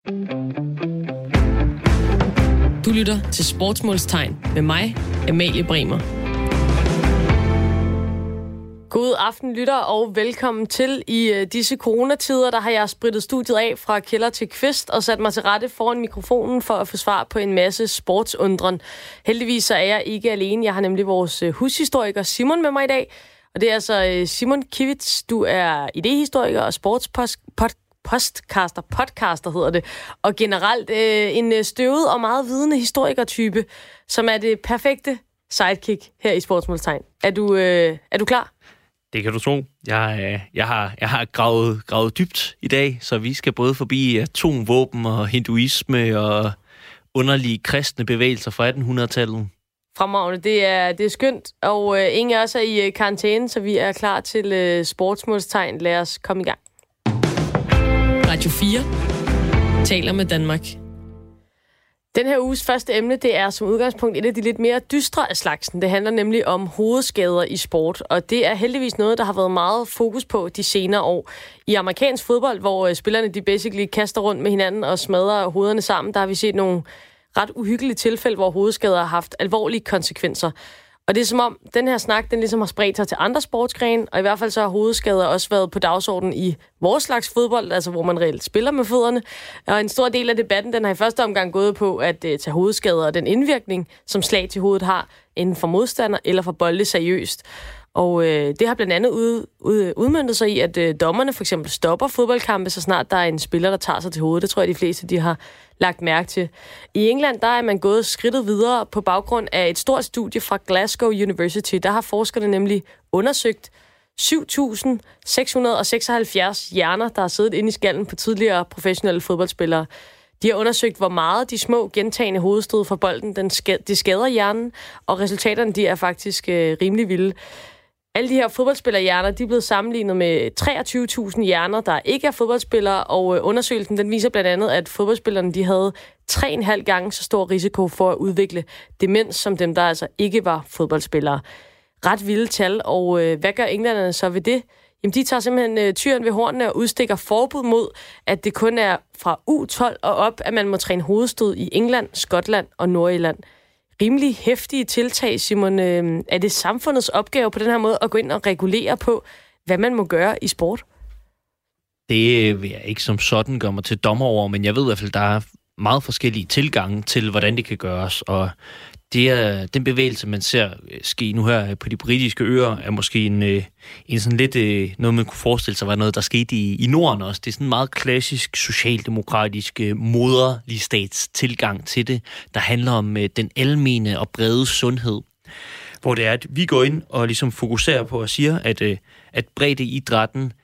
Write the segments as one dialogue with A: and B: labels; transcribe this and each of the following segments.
A: Du lytter til Sportsmålstegn med mig, Amalie Bremer. God aften, lytter, og velkommen til. I disse coronatider, der har jeg spritet studiet af fra kælder til kvist og sat mig til rette foran mikrofonen for at få svar på en masse sportsundren. Heldigvis så er jeg ikke alene. Jeg har nemlig vores hushistoriker Simon med mig i dag. Og det er altså Simon Kivitz. Du er idehistoriker og podcaster hedder det, og generelt en støvet og meget vidende historikertype, som er det perfekte sidekick her i Sportsmålstegn. Er du klar?
B: Det kan du tro. Jeg har gravet dybt i dag, så vi skal både forbi atomvåben og hinduisme og underlige kristne bevægelser fra 1800-tallet.
A: Fremragende. Det er skønt, og ingen af os er i karantæne, så vi er klar til Sportsmålstegn. Lad os komme i gang. Radio 4 taler med Danmark. Den her uges første emne, det er som udgangspunkt et af de lidt mere dystre af slagsen. Det handler nemlig om hovedskader i sport, og det er heldigvis noget, der har været meget fokus på de senere år. I amerikansk fodbold, hvor spillerne de basically kaster rundt med hinanden og smadrer hovederne sammen, der har vi set nogle ret uhyggelige tilfælde, hvor hovedskader har haft alvorlige konsekvenser. Og det er som om, den her snak, den ligesom har spredt sig til andre sportsgrene, og i hvert fald så har hovedskader også været på dagsordenen i vores slags fodbold, altså hvor man reelt spiller med fødderne. Og en stor del af debatten, den har i første omgang gået på at tage hovedskader og den indvirkning, som slag til hovedet har, enten for modstander eller for bolde seriøst. Og det har blandt andet udmøntet sig i, at dommerne for eksempel stopper fodboldkampe, så snart der er en spiller, der tager sig til hovedet. Det tror jeg, de fleste de har lagt mærke til. I England der er man gået skridtet videre på baggrund af et stort studie fra Glasgow University. Der har forskerne nemlig undersøgt 7.676 hjerner, der har siddet inde i skallen på tidligere professionelle fodboldspillere. De har undersøgt, hvor meget de små gentagende hovedstød fra bolden det skader hjernen, og resultaterne de er faktisk rimelig vilde. Alle de her fodboldspillerhjerner, de er blevet sammenlignet med 23.000 hjerner, der ikke er fodboldspillere, og undersøgelsen den viser blandt andet, at fodboldspillerne de havde 3,5 gange så stor risiko for at udvikle demens, som dem, der altså ikke var fodboldspillere. Ret vilde tal, og hvad gør englænderne så ved det? Jamen, de tager simpelthen tyren ved hornene og udstikker forbud mod, at det kun er fra U12 og op, at man må træne hovedstød i England, Skotland og Nordirland. Rimelig heftige tiltag, Simon. Er det samfundets opgave på den her måde at gå ind og regulere på, hvad man må gøre i sport?
B: Det vil jeg ikke som sådan gøre mig til dommer over, men jeg ved i hvert fald, der er meget forskellige tilgange til, hvordan det kan gøres, og det er den bevægelse, man ser ske nu her på de britiske øer, er måske en sådan lidt noget, man kunne forestille sig var noget, der skete i Norden også. Det er sådan en meget klassisk socialdemokratisk moderlig stats tilgang til det, der handler om den almene og brede sundhed, hvor det er, at vi går ind og ligesom fokuserer på og siger, at breddeidrætten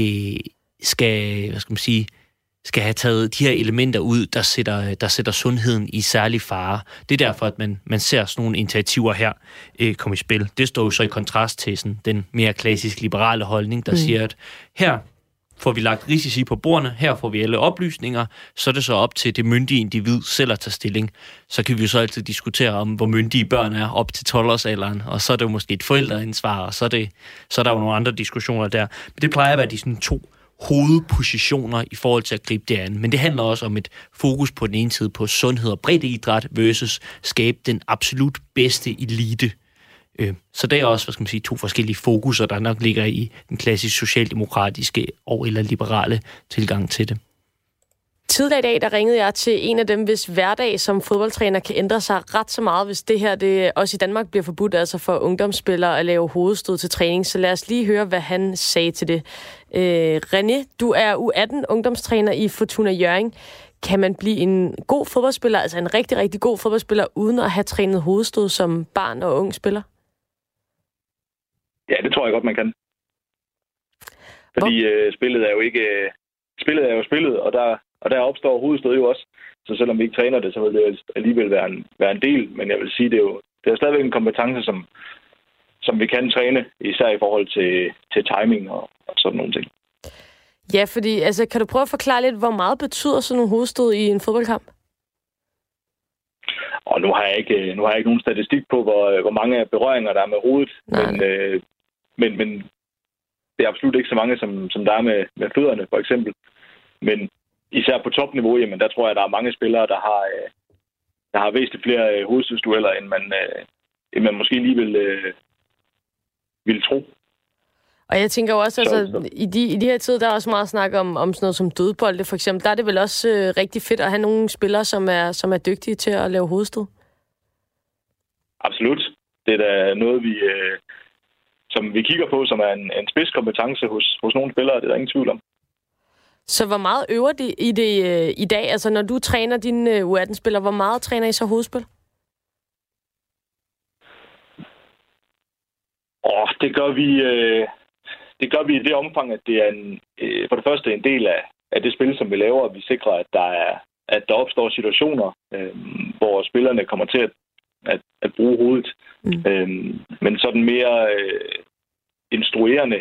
B: skal, hvad skal man sige, skal have taget de her elementer ud, der sætter sundheden i særlig fare. Det er derfor, at man ser sådan nogle initiativer her komme i spil. Det står jo så i kontrast til sådan, den mere klassisk liberale holdning, der siger, at her får vi lagt risici på bordene, her får vi alle oplysninger, så er det så op til det myndige individ selv at tage stilling. Så kan vi jo så altid diskutere om, hvor myndige børn er op til 12-årsalderen, og så er det jo måske et forældreansvar, og så er der jo nogle andre diskussioner der. Men det plejer at være de sådan to hovedpositioner i forhold til at gribe det an. Men det handler også om et fokus på den ene side på sundhed og breddeidræt versus skabe den absolut bedste elite. Så det er også, hvad skal man sige, to forskellige fokuser, der nok ligger i den klassisk socialdemokratiske og eller liberale tilgang til det.
A: Tidligere i dag, der ringede jeg til en af dem, hvis hverdag som fodboldtræner kan ændre sig ret så meget, hvis det her det også i Danmark bliver forbudt, altså for ungdomsspillere at lave hovedstød til træning. Så lad os lige høre, hvad han sagde til det. René, du er U18 ungdomstræner i Fortuna Hjørring. Kan man blive en god fodboldspiller, altså en rigtig, rigtig god fodboldspiller, uden at have trænet hovedstød som barn og ung spiller?
C: Ja, det tror jeg godt, man kan. Fordi spillet er jo ikke... Spillet er jo spillet, og der opstår hovedstød jo også. Så selvom vi ikke træner det, så vil det alligevel være en del. Men jeg vil sige, det er stadigvæk en kompetence, som vi kan træne, især i forhold til timing og sådan nogle ting.
A: Ja, fordi altså, kan du prøve at forklare lidt, hvor meget betyder sådan nogle hovedstød i en fodboldkamp?
C: Og nu har jeg ikke nogen statistik på, hvor mange berøringer der er med hovedet. Men det er absolut ikke så mange, som der er med fødderne, for eksempel. Men især på topniveau, jamen der tror jeg, der er mange spillere, der har væsentligt flere hovedstødsdueller, end man måske lige vil tro.
A: Og jeg tænker jo også, altså, i de her tider, der er også meget snak om sådan noget som dødbolde, for eksempel. Der er det vel også rigtig fedt at have nogle spillere, som er dygtige til at lave hovedstød?
C: Absolut. Det er da noget, som vi kigger på, som er en spidskompetence hos nogle spillere, det er der ingen tvivl om.
A: Så hvor meget øver de i det i dag? Altså, når du træner dine U18-spillere, hvor meget træner I så hovedspil?
C: Det gør vi i det omfang, at det er for det første en del af det spil, som vi laver, og vi sikrer, at der opstår situationer, hvor spillerne kommer til at bruge hovedet. Men sådan mere instruerende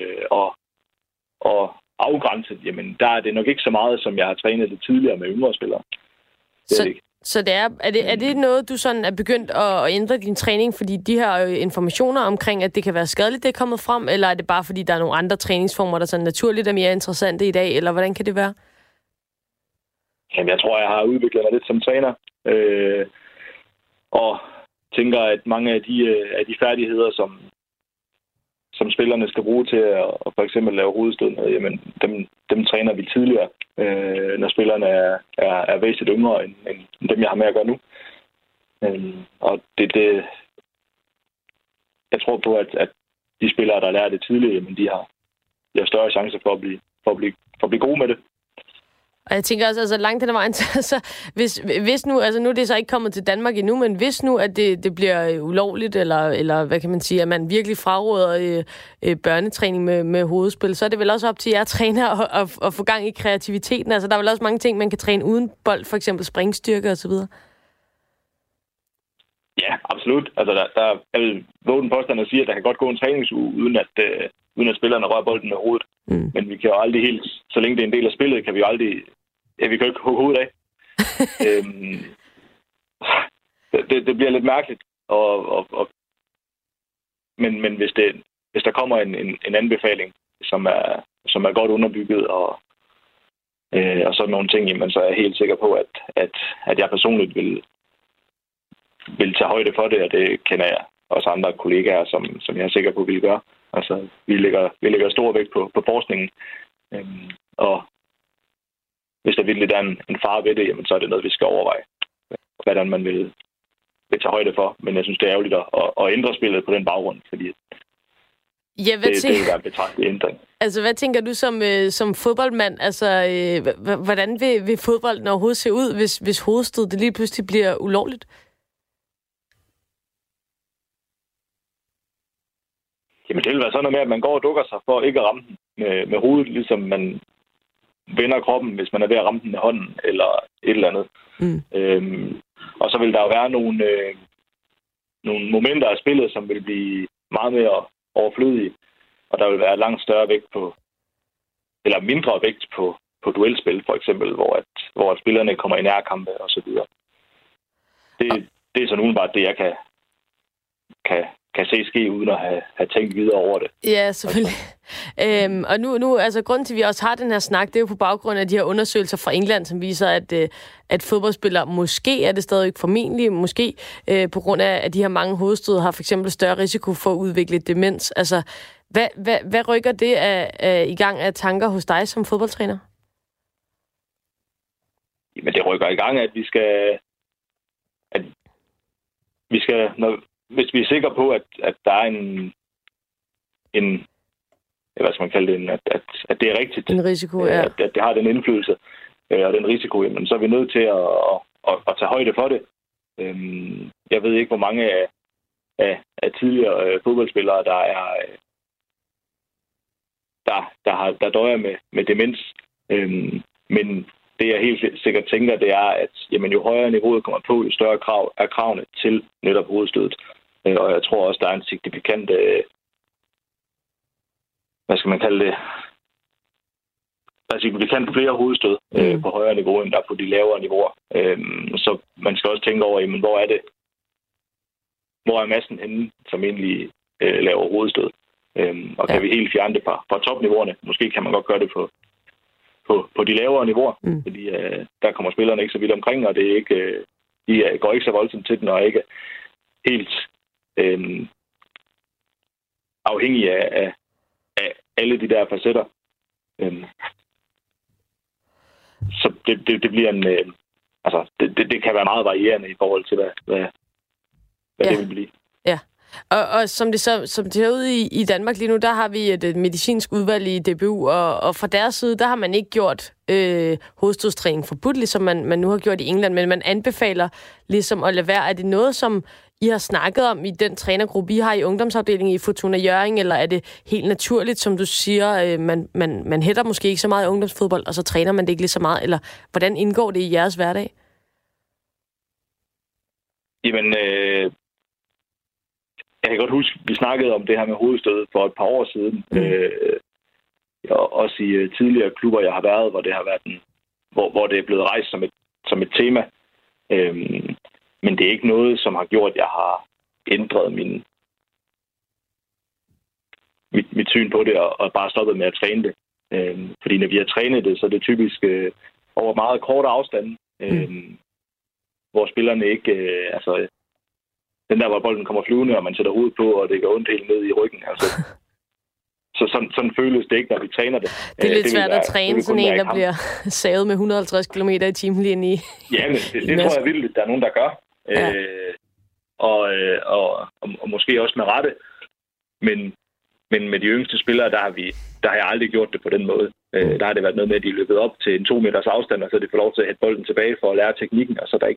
C: og afgrænset, jamen der er det nok ikke så meget, som jeg har trænet det tidligere med yngre spillere.
A: Så det er det noget, du sådan er begyndt at ændre din træning, fordi de her informationer omkring, at det kan være skadeligt, det er kommet frem, eller er det bare, fordi der er nogle andre træningsformer, der sådan naturligt er mere interessante i dag, eller hvordan kan det være?
C: Jamen, jeg tror, jeg har udviklet mig lidt som træner, og tænker, at mange af de færdigheder, som spillerne skal bruge til at for eksempel lave hovedstød med, jamen, dem træner vi tidligere, når spillerne er væsentligt yngre end dem, jeg har med at gøre nu. Og det jeg tror på, at de spillere, der lærer det tidligere, jamen, de har større chance for at blive gode med det.
A: Og jeg tænker også, altså langt hen ad vejen, så hvis nu, altså nu er det så ikke kommet til Danmark endnu, men hvis nu, at det bliver ulovligt, eller hvad kan man sige, at man virkelig fraråder børnetræning med hovedspil, så er det vel også op til jer træner at få gang i kreativiteten. Altså der er vel også mange ting, man kan træne uden bold, for eksempel springstyrke og så videre.
C: Ja, absolut. Altså der er vel vågen påstand at sige, at der kan godt gå en træningsuge, uden at spillerne rører bolden med hovedet. Men vi kan jo aldrig helt, så længe det er en del af spillet, kan vi jo aldrig, vi kan jo ikke hugge hovedet af. Det bliver lidt mærkeligt. Men hvis der kommer en anbefaling, som er godt underbygget, og sådan nogle ting, jamen, så er jeg helt sikker på, at jeg personligt vil tage højde for det, og det kender jeg også andre kollegaer, som jeg er sikker på, vil gøre. Altså, vi lægger stor vægt på forskningen, og hvis der virkelig er en fare ved det, jamen, så er det noget, vi skal overveje, hvordan man vil tage højde for. Men jeg synes, det er ærgerligt at ændre spillet på den baggrund, fordi det vil være en betragtelig ændring.
A: Altså, hvad tænker du som fodboldmand? Altså, hvordan vil fodbolden overhovedet se ud, hvis hovedstød det lige pludselig bliver ulovligt?
C: Jamen, det vil være sådan noget med, at man går og dukker sig for ikke at ramme den med hovedet, ligesom man vender kroppen, hvis man er ved at ramme den med hånden, eller et eller andet. Og så vil der jo være nogle momenter af spillet, som vil blive meget mere overflødige, og der vil være langt større vægt eller mindre vægt på duelspil, for eksempel, hvor spillerne kommer i nærkampe, og så videre. Det er sådan udenbart det, jeg kan se ske, uden at have tænkt videre over det.
A: Ja, selvfølgelig. Og nu, altså grunden til, at vi også har den her snak, det er jo på baggrund af de her undersøgelser fra England, som viser, at fodboldspillere, måske er det stadig formentlig, måske på grund af, at de her mange hovedstød har for eksempel større risiko for at udvikle demens. Altså, hvad rykker det i gang af tanker hos dig som fodboldtræner?
C: Jamen, det rykker i gang, at vi skal hvis vi er sikre på, at der er en hvad skal man kalde det, at det er rigtigt.
A: En risiko, ja.
C: At det har den indflydelse og den risiko, jamen, så er vi nødt til at tage højde for det. Jeg ved ikke, hvor mange af tidligere fodboldspillere, der døjer med demens. Men det, jeg helt sikkert tænker, det er, at jamen, jo højere niveauet kommer på, jo større er kravene til netop hovedstødet. Og jeg tror også, der er en signifikant, hvad skal man kalde det, der er signifikant flere hovedstød på højere niveau, end der er på de lavere niveauer. Så man skal også tænke over, jamen, hvor er massen henne, som egentlig laver hovedstød. Og kan vi helt fjerne det fra topniveauerne? Måske kan man godt gøre det på på de lavere niveauer, fordi der kommer spillerne ikke så vidt omkring, og det er ikke, de går ikke så voldsomt til den, og er ikke helt afhængige af alle de der facetter. Så det bliver en... det kan være meget varierende i forhold til, hvad det vil blive.
A: Ja. Og som det ser ud i Danmark lige nu, der har vi et medicinsk udvalg i DBU, og fra deres side, der har man ikke gjort hovedstødstræning forbudt, ligesom man nu har gjort i England, men man anbefaler ligesom at lade være. Er det noget, som I har snakket om i den trænergruppe, I har i ungdomsafdelingen i Fortuna Hjørring, eller er det helt naturligt, som du siger, man hætter måske ikke så meget i ungdomsfodbold, og så træner man det ikke lige så meget, eller hvordan indgår det i jeres hverdag?
C: Jamen, jeg kan godt huske, vi snakkede om det her med hovedstød for et par år siden. Også i tidligere klubber, jeg har været, hvor det har været hvor det er blevet rejst som et tema. Men det er ikke noget, som har gjort, at jeg har ændret mit syn på det og bare stoppet med at træne det. Fordi når vi har trænet det, så er det typisk over meget korte afstande, hvor spillerne ikke... den der, hvor bolden kommer flyvende, og man sætter hovedet på, og det går ondt helt ned i ryggen. Så sådan føles det ikke, når vi træner det.
A: Det er lidt svært at træne sådan en, der bliver savet med 150 km i timen lige ind i...
C: Ja, men det tror jeg vildt, der er nogen, der gør. Ja. Og måske også med rette. Men med de yngste spillere, der har jeg aldrig gjort det på den måde. Der har det været noget med, at de er løbet op til en 2 meters afstand, og så de får lov til at hætte bolden tilbage for at lære teknikken, og så er der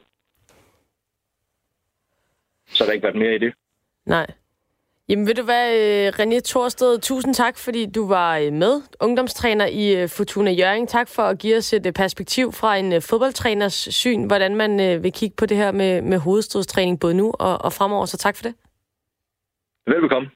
C: ikke været mere i det.
A: Nej. Jamen ved du hvad, René Thorsted, tusind tak, fordi du var med, ungdomstræner i Fortuna Hjørring. Tak for at give os et perspektiv fra en fodboldtræners syn, hvordan man vil kigge på det her med hovedstødstræning både nu og fremover, så tak for det.
C: Velbekomme.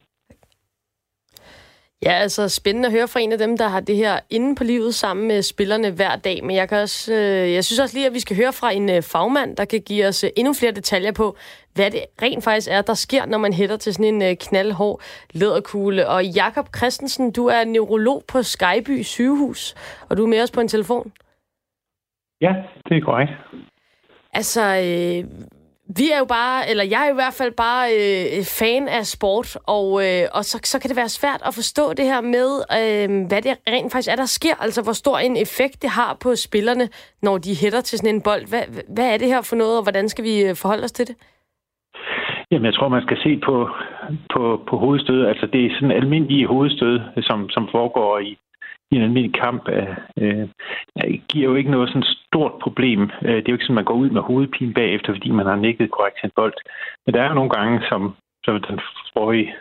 A: Ja, altså spændende at høre fra en af dem, der har det her inde på livet sammen med spillerne hver dag. Men jeg synes også lige, at vi skal høre fra en fagmand, der kan give os endnu flere detaljer på, hvad det rent faktisk er, der sker, når man hætter til sådan en knaldhård læderkugle. Og Jakob Christensen, du er neurolog på Skyby Sygehus, og du er med os på en telefon.
D: Ja, det er korrekt. Altså...
A: Vi er jo bare, eller jeg er i hvert fald bare fan af sport, og så kan det være svært at forstå det her med, hvad det rent faktisk er, der sker. Altså, hvor stor en effekt det har på spillerne, når de hætter til sådan en bold. Hvad er det her for noget, og hvordan skal vi forholde os til det?
D: Jamen, jeg tror, man skal se på hovedstød. Altså, det er sådan almindelige hovedstød, som foregår i en almindelig kamp, giver jo ikke noget sådan stort problem. Det er jo ikke sådan, man går ud med hovedpine bagefter, fordi man har nikket korrekt til en bold. Men der er jo nogle gange, som den forrige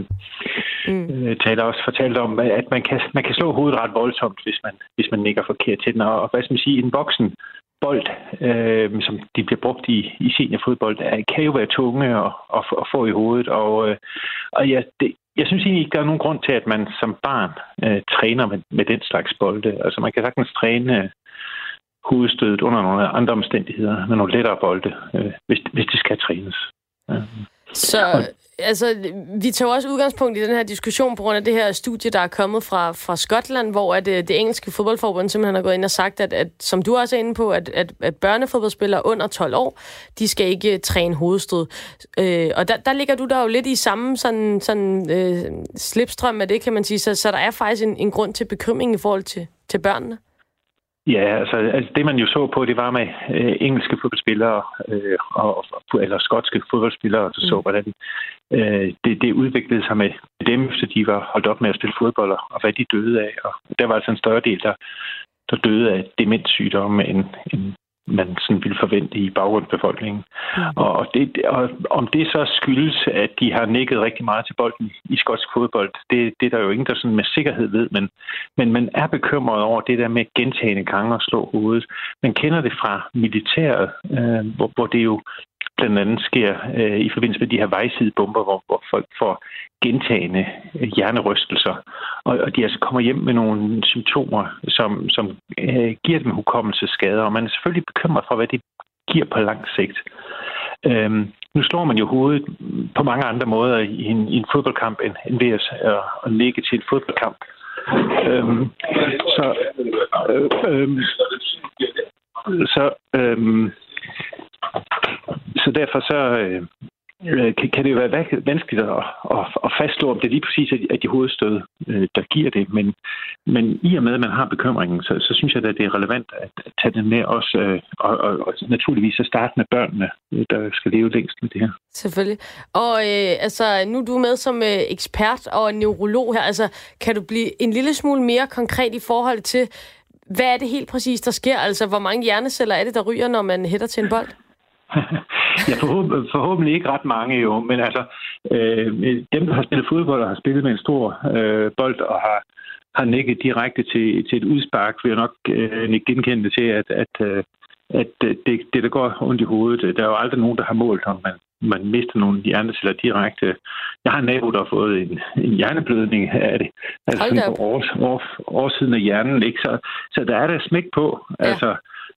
D: taler også fortalte om, at man kan slå hovedet ret voldsomt, hvis man nikker forkert til den. Og hvad skal man sige, en voksen bold, som de bliver brugt i seniorfodbold, kan jo være tunge at få i hovedet. Og ja, jeg synes egentlig ikke, der er nogen grund til, at man som barn træner med den slags bolde. Altså man kan sagtens træne hovedstødet under nogle andre omstændigheder med nogle lettere bolde, hvis det skal trænes.
A: Så altså, vi tager også udgangspunkt i den her diskussion på grund af det her studie, der er kommet fra Skotland, hvor det engelske fodboldforbund simpelthen har gået ind og sagt, at som du også er inde på, at børnefodboldspillere under 12 år, de skal ikke træne hovedstød. Og der ligger du der jo lidt i samme slipstrøm af det, kan man sige. Så der er faktisk en grund til bekymring i forhold til børnene.
D: Ja, altså det man jo så på, det var med engelske fodboldspillere eller skotske fodboldspillere, så hvordan det udviklede sig med dem, efter de var holdt op med at spille fodbold, og hvad de døde af. Og der var altså en større del, der døde af demenssygdomme, end man sådan ville forvente i baggrundsbefolkningen. Og om det så skyldes, at de har nikket rigtig meget til bolden i skotsk fodbold, det er der jo ingen, der sådan med sikkerhed ved, men man er bekymret over det der med gentagende gange at slå hovedet. Man kender det fra militæret, hvor det jo blandt andet sker i forbindelse med de her vejsidebomber, hvor folk får gentagende hjernerystelser, og de altså kommer hjem med nogle symptomer, som giver dem hukommelsesskader, og man er selvfølgelig bekymret for, hvad det giver på lang sigt. Nu slår man jo hovedet på mange andre måder i en fodboldkamp, end ved at ligge til en fodboldkamp. Så derfor kan det jo være vanskeligt at fastslå, om det lige præcis er de hovedstød, der giver det. Men i og med, at man har bekymringen, så synes jeg, at det er relevant at tage den med også, og naturligvis at starte med børnene, der skal leve længst med det her.
A: Selvfølgelig. Og nu er du med som ekspert og neurolog her. Altså, kan du blive en lille smule mere konkret i forhold til, hvad er det helt præcis, der sker? Altså, hvor mange hjerneceller er det, der ryger, når man hætter til en bold?
D: Ja, forhåbentlig ikke ret mange jo, men altså dem, der har spillet fodbold og har spillet med en stor bold og har nikket direkte til et udspark, vil jeg nok genkende det til, at det der går ondt i hovedet. Der er jo aldrig nogen, der har målt, om man mister nogle hjerneceller direkte. Jeg har en nabo, der har fået en hjerneblødning af det. Altså sådan på oversiden af hjernen, ikke? Så der er der smæk på. Ja. Altså,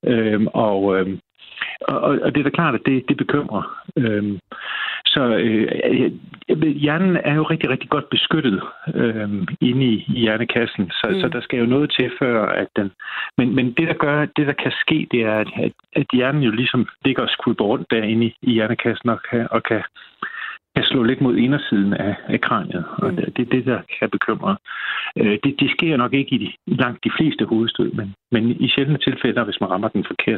D: og det er da klart, at det bekymrer. Hjernen er jo rigtig, rigtig godt beskyttet inde i hjernekassen, så der skal jo noget til før, at den... Men det der kan ske, det er, at hjernen jo ligesom ligger og skvulper rundt derinde i hjernekassen og kan slå lidt mod indersiden af kraniet, og det er det, der kan bekymre. Det sker nok ikke i langt de fleste hovedstød, men i sjældne tilfælde, hvis man rammer den forkert,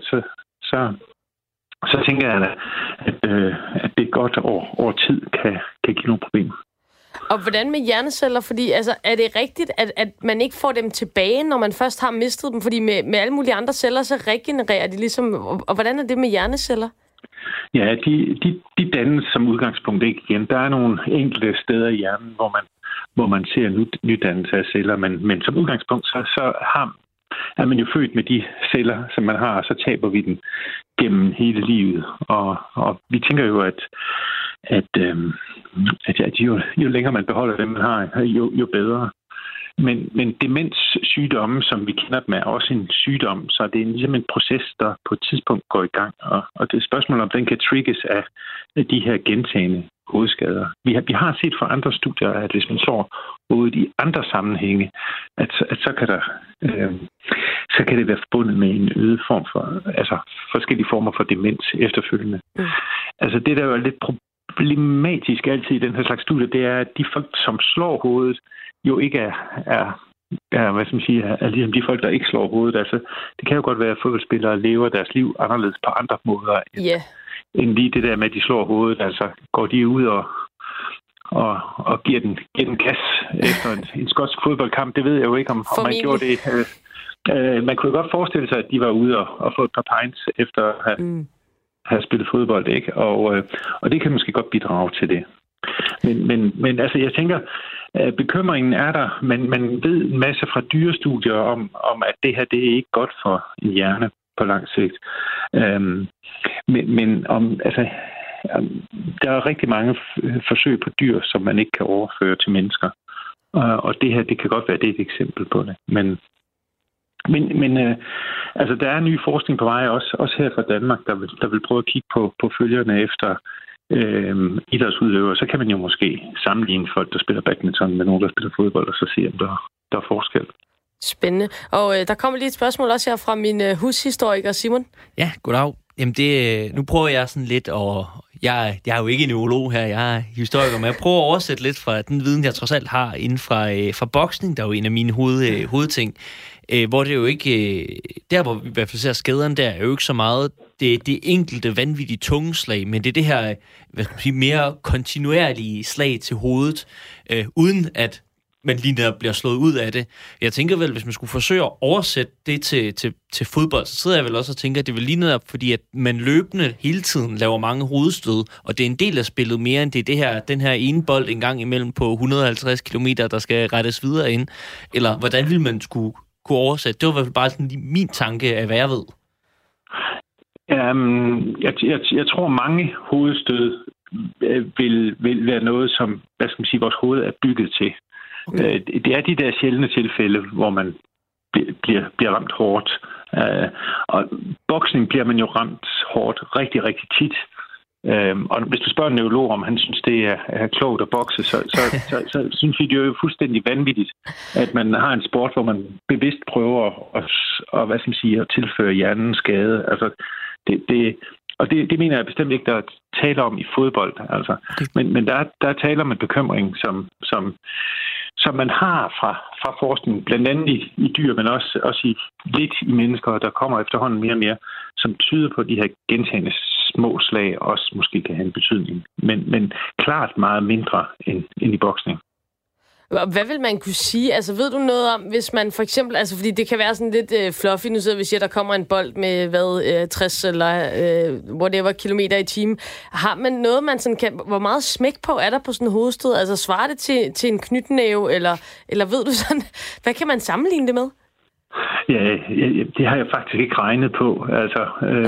D: så tænker jeg, at det godt over tid kan give nogle problemer.
A: Og hvordan med hjerneceller? Fordi er det rigtigt, at man ikke får dem tilbage, når man først har mistet dem? Fordi med alle mulige andre celler, så regenererer de ligesom. Og hvordan er det med hjerneceller?
D: Ja, de dannes som udgangspunkt ikke igen. Der er nogle enkelte steder i hjernen, hvor man ser nydannelse af celler, men som udgangspunkt, så er man jo født med de celler, som man har, og så taber vi dem gennem hele livet. Og vi tænker jo, at jo længere man beholder dem, man har, jo bedre. Men demenssygdomme, som vi kender dem, er også en sygdom, så det er ligesom en proces, der på et tidspunkt går i gang. Og det er et spørgsmål, om den kan trigges af de her gentagne hovedskader. Vi har set fra andre studier, at hvis man så hovedet i andre sammenhænge, at så kan det være forbundet med en øget form for, altså forskellige former for demens efterfølgende. Altså det, der er lidt problematisk altid i den her slags studier, det er, at de folk, som slår hovedet, jo ikke er hvad skal man sige, er ligesom de folk, der ikke slår hovedet. Altså, det kan jo godt være, at fodboldspillere lever deres liv anderledes på andre måder, end lige det der med, at de slår hovedet. Altså, går de ud og giver den gas efter en skotsk fodboldkamp. Det ved jeg jo ikke, om man gjorde det. Man kunne godt forestille sig, at de var ude og få et par pints efter at have spillet fodbold, ikke? Og det kan måske godt bidrage til det. Men altså, jeg tænker, bekymringen er der, men man ved en masse fra dyrestudier om at det her, det er ikke godt for en hjerne på lang sigt. Der er rigtig mange forsøg på dyr, som man ikke kan overføre til mennesker. Og det her, det kan godt være, det er et eksempel på det. Men der er ny forskning på vej, også her fra Danmark, der vil prøve at kigge på følgerne efter idrætsudøvere. Så kan man jo måske sammenligne folk, der spiller badminton med nogen, der spiller fodbold, og så se, om der er forskel.
A: Spændende. Og der kommer lige et spørgsmål også her fra min hushistoriker, Simon.
B: Ja, goddag. Jamen nu prøver jeg sådan lidt, og jeg er jo ikke neurolog her, jeg er historiker, men jeg prøver at oversætte lidt fra den viden, jeg trods alt har inden fra boksning, der er jo en af mine hovedting, hvor det jo ikke, der hvor vi i hvert fald ser skaderne der, er jo ikke så meget det enkelte vanvittige tungeslag, men det er det her, hvad skal man sige, mere kontinuerlige slag til hovedet, uden at man lige der bliver slået ud af det. Jeg tænker vel, hvis man skulle forsøge at oversætte det til fodbold, så sidder jeg vel også og tænker, at det vil lige netop, fordi at man løbende hele tiden laver mange hovedstød, og det er en del af spillet mere, end det er den her ene bold en gang imellem på 150 kilometer, der skal rettes videre ind. Eller hvordan vil man kunne oversætte? Det var i hvert fald bare sådan min tanke af, hvad jeg ved.
D: Jeg tror, mange hovedstød vil være noget, som, hvad skal man sige, vores hoved er bygget til. Okay. Det er de der sjældne tilfælde, hvor man bliver ramt hårdt. Og boksning bliver man jo ramt hårdt rigtig, rigtig tit. Og hvis du spørger en neurolog, om han synes, det er klogt at bokse, så synes vi, det er jo fuldstændig vanvittigt, at man har en sport, hvor man bevidst prøver at, hvad skal man sige, at tilføre hjernen skade. Altså, det mener jeg bestemt ikke, der er tale om i fodbold. Altså. Men der er tale om en bekymring, som man har fra forskning, blandt andet i dyr, men også lidt i mennesker, der kommer efterhånden mere og mere, som tyder på, at de her gentagne små slag også måske kan have en betydning. Men klart meget mindre end i boksning.
A: Hvad vil man kunne sige? Altså, ved du noget om, hvis man for eksempel... Altså, fordi det kan være sådan lidt fluffy, nu sidder vi og siger, at der kommer en bold med, 60 eller whatever kilometer i timen. Har man noget, man sådan kan... Hvor meget smæk på er der på sådan en hovedstød? Altså, svarer det til en knytnæve, eller ved du sådan... Hvad kan man sammenligne det med?
D: Ja, det har jeg faktisk ikke regnet på. Altså...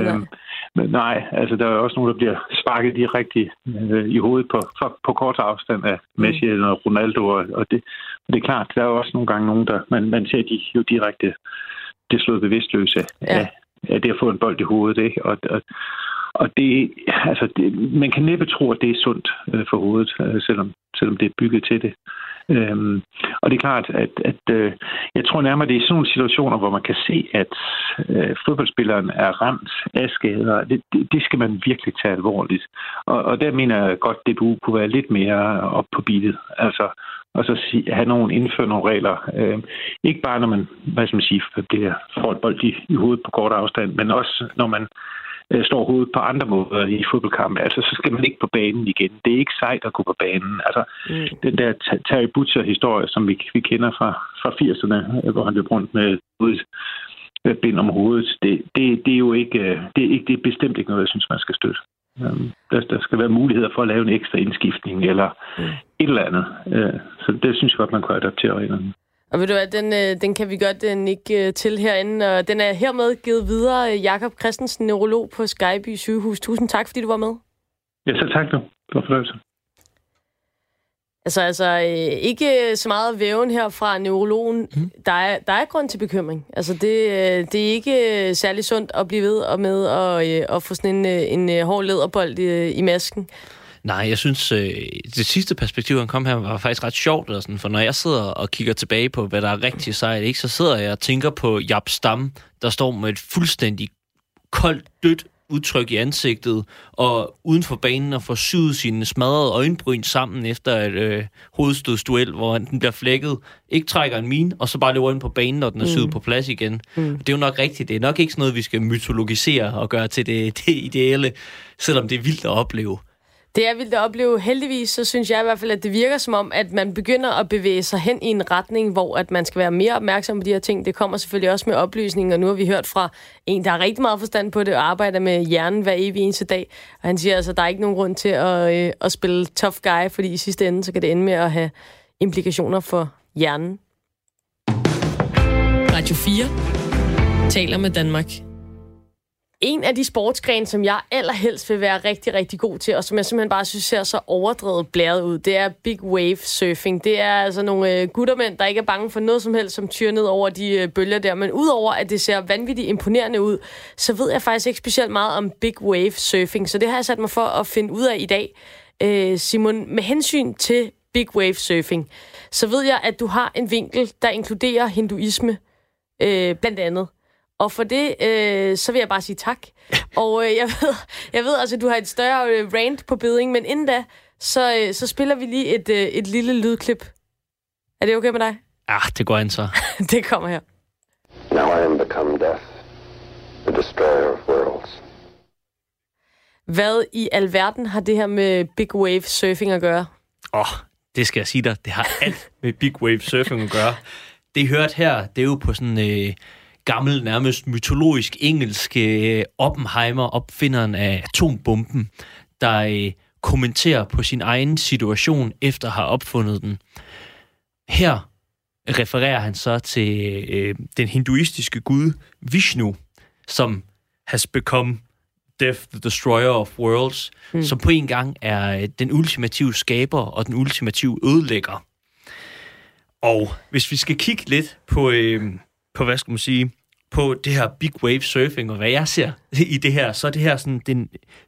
D: Nej, altså der er også nogen, der bliver sparket direkte i hovedet på kort afstand af Messi eller Ronaldo, og det er klart, der er også nogle gange nogen, der man ser, de jo direkte det slået bevidstløse af det at få en bold i hovedet, ikke? Og det, altså man kan næppe tro, at det er sundt for hovedet, selvom det er bygget til det. Og det er klart, at jeg tror nærmere, det er sådan nogle situationer, hvor man kan se, at fodboldspilleren er ramt af skader. Det skal man virkelig tage alvorligt. Og der mener jeg godt, det du kunne være lidt mere op på beatet. Altså, og så have indføre nogle regler. Ikke bare, når man, hvad skal man sige, får et bold i hovedet på kort afstand, men også, når man står hovedet på andre måder i fodboldkampe. Altså, så skal man ikke på banen igen. Det er ikke sejt at gå på banen. Altså, den der Terry Butcher-historie, som vi kender fra 80'erne, hvor han løb rundt med bind om hovedet, det er jo ikke, det er bestemt ikke noget, jeg synes, man skal støtte. Der skal være muligheder for at lave en ekstra indskiftning eller et eller andet. Så det synes jeg godt, man kan adaptere reglerne.
A: Og ved du hvad, den kan vi godt nikke til herinde, og den er hermed givet videre. Jakob Christensen, neurolog på Skyby Sygehus. Tusind tak, fordi du var med.
D: Ja, så tak du. Det var fornøjelse.
A: Altså ikke så meget væven her fra neurologen. Der er grund til bekymring. Altså, det er ikke særlig sundt at blive ved og med at få sådan en hård læderbold i masken.
B: Nej, jeg synes, det sidste perspektiv, han kom her, var faktisk ret sjovt. Eller sådan, for når jeg sidder og kigger tilbage på, hvad der er rigtig sejt, ikke, så sidder jeg og tænker på Jaap Stam, der står med et fuldstændig koldt, dødt udtryk i ansigtet, og uden for banen og får syet sine smadrede øjenbryn sammen efter et hovedstødsduel, hvor den bliver flækket, ikke trækker en mine, og så bare løber ind på banen, når den er syet på plads igen. Det er jo nok rigtigt. Det er nok ikke sådan noget, vi skal mytologisere og gøre til det ideelle, selvom det er vildt at opleve.
A: Det er vildt at opleve. Heldigvis, så synes jeg i hvert fald, at det virker som om, at man begynder at bevæge sig hen i en retning, hvor at man skal være mere opmærksom på de her ting. Det kommer selvfølgelig også med oplysning, og nu har vi hørt fra en, der har rigtig meget forstand på det, og arbejder med hjernen hver evig eneste dag. Og han siger altså, at der er ikke nogen grund til at spille tough guy, fordi i sidste ende, så kan det ende med at have implikationer for hjernen.
E: Radio 4 taler med Danmark.
A: En af de sportsgrene, som jeg allerhelst vil være rigtig, rigtig god til, og som jeg simpelthen bare synes ser så overdrevet blæret ud, det er big wave surfing. Det er altså nogle guttermænd, der ikke er bange for noget som helst, som tyrer ned over de bølger der. Men udover at det ser vanvittigt imponerende ud, så ved jeg faktisk ikke specielt meget om big wave surfing. Så det har jeg sat mig for at finde ud af i dag. Simon, med hensyn til big wave surfing, så ved jeg, at du har en vinkel, der inkluderer hinduisme, blandt andet. Og for det, så vil jeg bare sige tak. Og jeg ved altså, at du har et større rant på beding, men inden da, så spiller vi lige et lille lydklip. Er det okay med dig?
B: Ja, det går an så.
A: Det kommer her.
F: Now I am become death, the destroyer of worlds.
A: Hvad i alverden har det her med big wave surfing at gøre?
B: Det skal jeg sige dig. Det har alt med big wave surfing at gøre. Det I hørte her, det er jo på sådan gammel, nærmest mytologisk engelsk Oppenheimer, opfinderen af atombomben, der kommenterer på sin egen situation efter at have opfundet den. Her refererer han så til den hinduistiske gud Vishnu, som has become Death, the Destroyer of Worlds, som på en gang er den ultimative skaber og den ultimative ødelægger. Og hvis vi skal kigge lidt på hvad skal man sige, på det her big wave surfing, og hvad jeg ser i det her, så er det her sådan den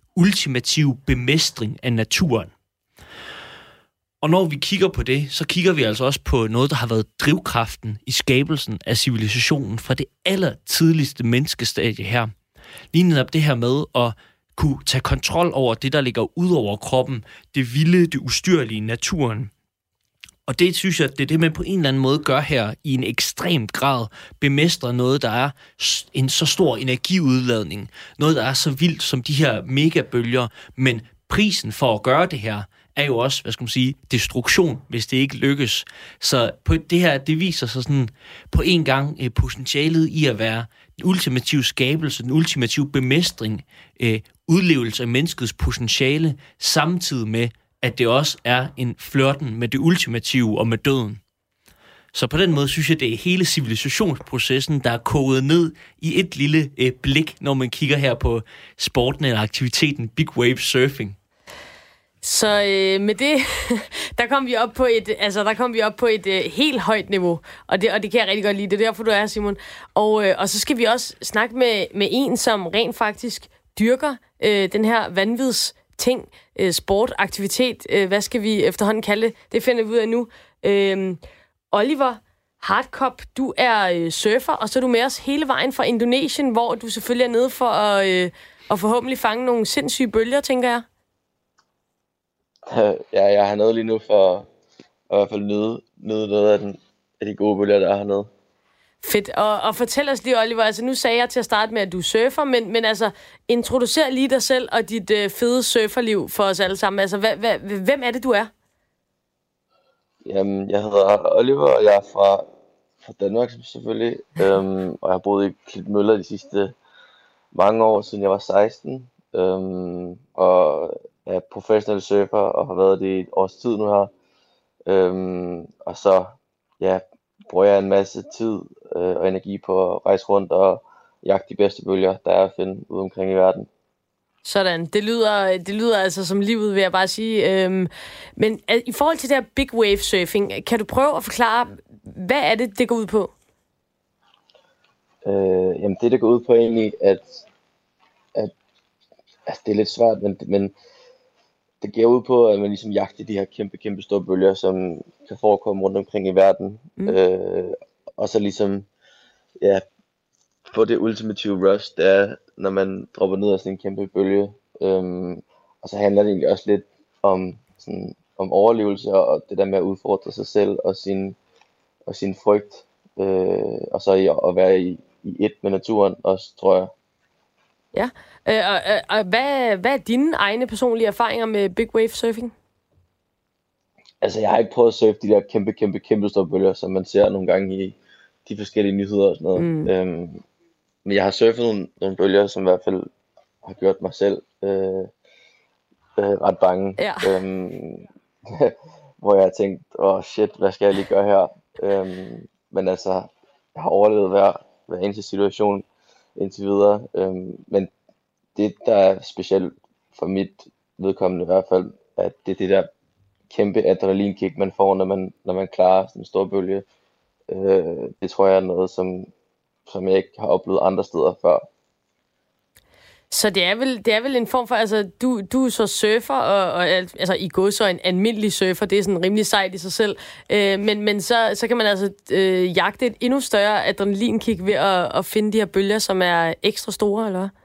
B: ultimative bemestring af naturen. Og når vi kigger på det, så kigger vi altså også på noget, der har været drivkraften i skabelsen af civilisationen fra det allertidligste menneskestadie her. Lige netop det her med at kunne tage kontrol over det, der ligger ud over kroppen, det vilde, det ustyrlige, naturen. Og det synes jeg, det er det, man på en eller anden måde gør her i en ekstrem grad, bemestrer noget, der er en så stor energiudladning, noget, der er så vildt som de her megabølger, men prisen for at gøre det her, er jo også, hvad skal man sige, destruktion, hvis det ikke lykkes. Så på det her, det viser sig sådan på en gang potentialet i at være den ultimative skabelse, den ultimative bemestring, udlevelse af menneskets potentiale, samtidig med, at det også er en flirten med det ultimative og med døden. Så på den måde synes jeg, det er hele civilisationsprocessen, der er koget ned i et lille blik, når man kigger her på sporten eller aktiviteten Big Wave Surfing.
A: Så med det, der kom vi op på et helt højt niveau, og det kan jeg rigtig godt lide. Det er derfor, du er her, Simon. Og så skal vi også snakke med en, som rent faktisk dyrker den her vanvids ting, sport, aktivitet, hvad skal vi efterhånden kalde det? Det finder vi ud af nu. Oliver Hardcop, du er surfer, og så er du med os hele vejen fra Indonesien, hvor du selvfølgelig er nede for at forhåbentlig fange nogle sindssyge bølger, tænker jeg.
G: Ja, jeg er hernede lige nu for at i hvert fald nyde noget af de gode bølger, der er hernede.
A: Fedt. Og fortæl os lige, Oliver, altså nu sagde jeg til at starte med, at du surfer, men altså introducer lige dig selv og dit fede surferliv for os alle sammen. Altså, hvem er det, du er?
G: Jamen, jeg hedder Oliver, og jeg er fra Danmark selvfølgelig, og jeg har boet i Klitmøller de sidste mange år, siden jeg var 16, og er professionel surfer og har været det i et års tid nu her. Og så bruger jeg en masse tid og energi på at rejse rundt og jagte de bedste bølger, der er at finde ude omkring i verden.
A: Sådan. Det lyder altså som livet, vil jeg bare sige. Men i forhold til det her big wave surfing, kan du prøve at forklare, hvad er det går ud på?
G: Jamen det går ud på egentlig, at altså det er lidt svært, men det går ud på, at man ligesom jagter de her kæmpe store bølger, som kan forekomme rundt omkring i verden. Og så ligesom, få det ultimative rush, det er, når man dropper ned af sådan en kæmpe bølge. Og så handler det egentlig også lidt om overlevelse, og det der med at udfordre sig selv og sin frygt. Og så at være i et med naturen også, tror jeg.
A: Ja, og hvad er dine egne personlige erfaringer med big wave surfing?
G: Altså, jeg har ikke prøvet at surfe de der kæmpe store bølger, som man ser nogle gange i de forskellige nyheder og sådan noget. Men jeg har surfet nogle bølger, som i hvert fald har gjort mig selv ret bange. Ja. Hvor jeg har tænkt, shit, hvad skal jeg lige gøre her? Men altså, jeg har overlevet hver eneste situation indtil videre. Men det, der er specielt for mit vedkommende i hvert fald, at det er det der kæmpe adrenalinkick, man får, når man klarer sådan en stor bølge. Det tror jeg er noget, som jeg ikke har oplevet andre steder før.
A: Så det er vel en form for, altså du er så surfer, og altså i går så en almindelig surfer, det er sådan rimelig sejt i sig selv, men så kan man altså jagte et endnu større adrenalinkick ved at finde de her bølger, som er ekstra store, eller hvad?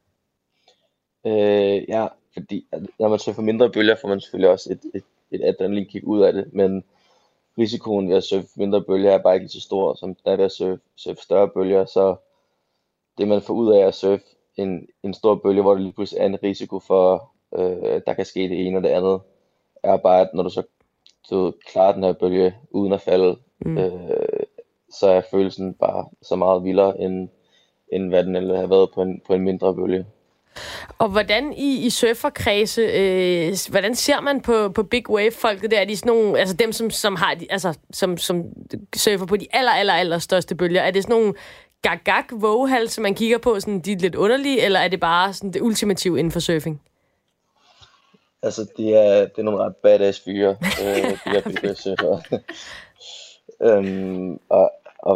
G: Ja, fordi når man surfer mindre bølger, får man selvfølgelig også et adrenalinkick ud af det, men risikoen ved at surfe mindre bølger er bare ikke lige så stor, som der er ved at surfe større bølger, så det man får ud af at surfe en stor bølge, hvor der lige pludselig er en risiko for, der kan ske det ene og det andet, er bare, at når du så klarer den her bølge uden at falde, så er følelsen bare så meget vildere, end hvad den ville have været på en mindre bølge.
A: Og hvordan i surferkredse, hvordan ser man på big wave folket der? Er de sådan nogle, altså dem som har, altså som surfer på de aller største bølger, er det sådan nogle gag vågehals, som man kigger på, sådan de er lidt underlige, eller er det bare sådan det ultimative inden for surfing?
G: Altså det er nogle ret badass fyre, de her big wave surfer.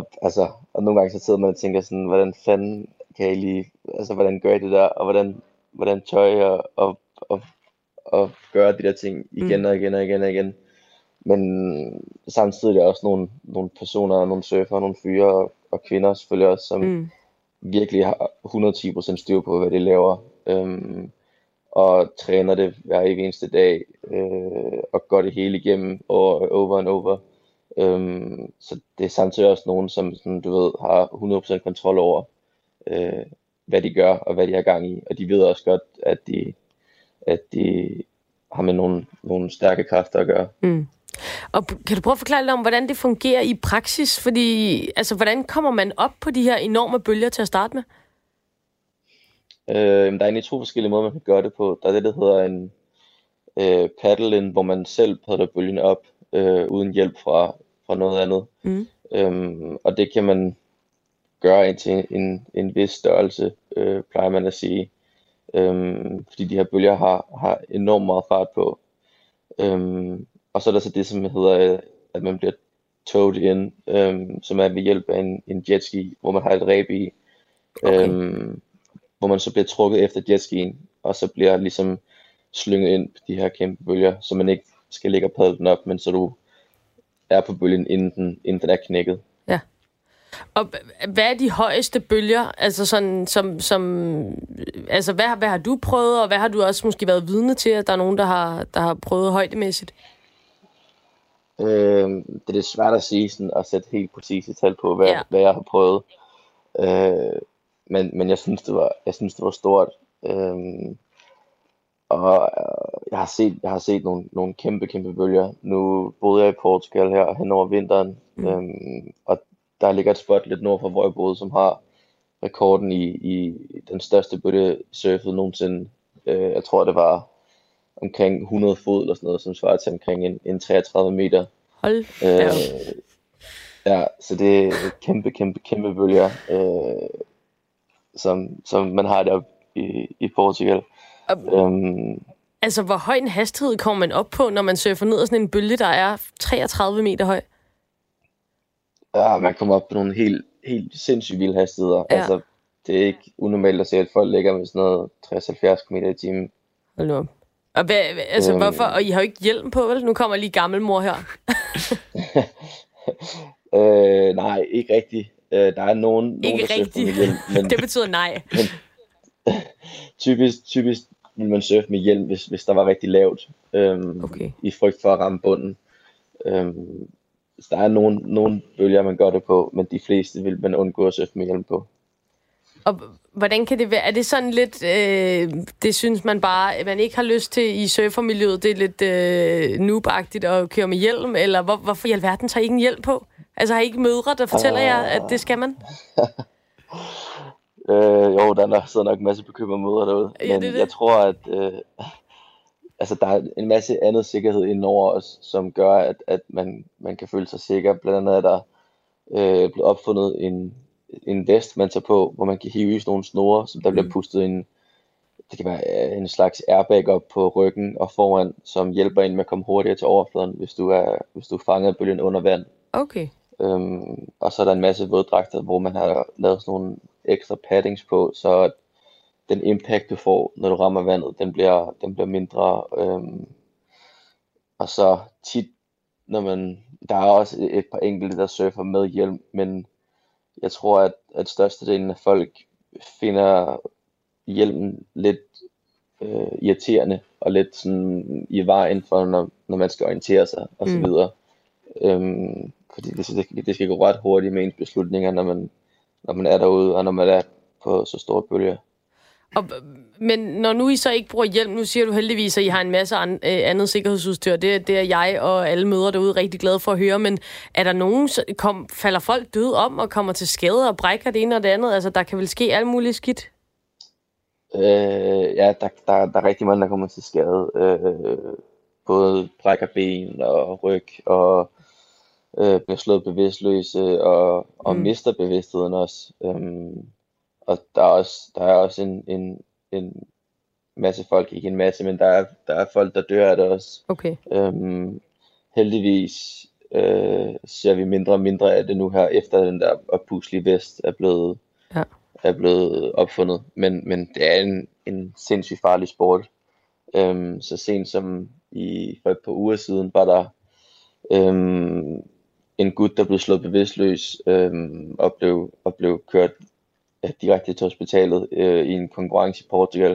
G: Og nogle gange så sidder man og tænker sådan, hvordan fanden kan I lige, altså hvordan gør I det der, og hvordan hvordan tøj og gøre de der ting igen og igen. Men samtidig er der også nogle personer, nogle surfer, nogle fyre og kvinder selvfølgelig også, som virkelig har 110% styr på, hvad de laver. Og træner det hver eneste dag, og går det hele igennem over and over. Så det er samtidig også nogen, som du ved, har 100% kontrol over, hvad de gør og hvad de har gang i. Og de ved også godt, at de har med nogle stærke kræfter at gøre.
A: Og kan du prøve at forklare lidt om, hvordan det fungerer i praksis? Fordi, altså, hvordan kommer man op på de her enorme bølger til at starte med?
G: Der er egentlig 2 forskellige måder, man kan gøre det på. Der er det, der hedder en paddle-in, hvor man selv padler bølgen op, uden hjælp fra noget andet. Og det kan man gøre indtil en vis størrelse, plejer man at sige. Fordi de her bølger har enormt meget fart på. Og så er der så det, som hedder, at man bliver towed in, som er ved hjælp af en jetski, hvor man har et reb i. Hvor man så bliver trukket efter jetskien, og så bliver ligesom slynget ind på de her kæmpe bølger, så man ikke skal ligge og padle den op, men så du er på bølgen, inden den er knækket. Ja.
A: Og hvad er de højeste bølger? Altså sådan, altså hvad har du prøvet, og hvad har du også måske været vidne til, at der er nogen, der har prøvet højdemæssigt?
G: Det er lidt svært at sige, sådan, at sætte helt præcise tal på, hvad jeg har prøvet. Men jeg synes, det var stort. Og jeg har set nogle kæmpe bølger. Nu boede jeg i Portugal her hen over vinteren, og der ligger et spot lidt nord for, hvor jeg boede, som har rekorden i den største bølge surfet nogensinde. Jeg tror, det var omkring 100 fod eller sådan noget, som svarer til omkring en 33 meter.
A: Hold
G: ja, så det er kæmpe bølger, som man har deroppe i Portugal.
A: Altså, hvor høj en hastighed kommer man op på, når man surfer ned ad sådan en bølge, der er 33 meter høj?
G: Ja, man kommer op på nogle helt sindssygt vilde hastigheder. Ja. Altså, det er ikke unormalt at se, at folk ligger med sådan noget 60-70 km i timen.
A: Hold nu. Og hvorfor? Og I har jo ikke hjelm på, vel? Nu kommer lige gammelmor her.
G: Nej, ikke rigtigt. Der er nogen
A: ikke
G: der
A: rigtigt.
G: Med hjelm, men,
A: det betyder nej.
G: Men, typisk vil man surfe med hjelm, hvis der var rigtig lavt. I frygt for at ramme bunden. Så der er nogle bølger, man gør det på, men de fleste vil man undgå at surfe med hjelm på.
A: Og hvordan kan det være? Er det sådan lidt, det synes man bare, man ikke har lyst til i surfermiljøet, det er lidt noobagtigt at køre med hjelm, eller hvorfor i alverden tager I ikke en hjelm på? Altså har I ikke mødre, der fortæller jer, at det skal man?
G: Jo, der sidder nok en masse bekymrede mødre derude, men jeg tror, at altså, der er en masse andet sikkerhed indover os, som gør, at man kan føle sig sikker. Blandt andet er der blevet opfundet en vest, man tager på, hvor man kan hive i sådan nogle snore, som der bliver pustet ind. Det kan være en slags airbag op på ryggen og foran, som hjælper en med at komme hurtigere til overfladen, hvis du fanger bølgen under vand.
A: Okay.
G: Og så er der en masse våddragter, hvor man har lavet sådan nogle ekstra paddings på, så den impact du får, når du rammer vandet, den bliver mindre. Og så tit, der er også et par enkelte, der surfer med hjelm, men jeg tror, at størstedelen af folk finder hjelmen lidt irriterende og lidt sådan i vejen for, når man skal orientere sig og så videre. Fordi det skal gå ret hurtigt med ens beslutninger, når man er derude, og når man er på så store bølger.
A: Men når nu I så ikke bruger hjelm, nu siger du heldigvis, at I har en masse andet sikkerhedsudstyr. Det er jeg og alle mødre derude rigtig glade for at høre, men er der nogen, falder folk døde om og kommer til skade og brækker det ene og det andet? Altså, der kan vel ske alt muligt skidt?
G: Ja, der er rigtig mange, der kommer til skade. Både brækker ben og ryg og bliver slået bevidstløse og mister bevidstheden også. Og der er også en masse folk, ikke en masse, men der er folk, der dør af det også.
A: Okay.
G: Heldigvis ser vi mindre og mindre af det nu her, efter den der opuslige vest er er blevet opfundet, men det er en sindssygt farlig sport. Så sent som for et par uger siden var der en gut, der blev slået bevidstløs og blev kørt direkte til hospitalet i en konkurrence i Portugal,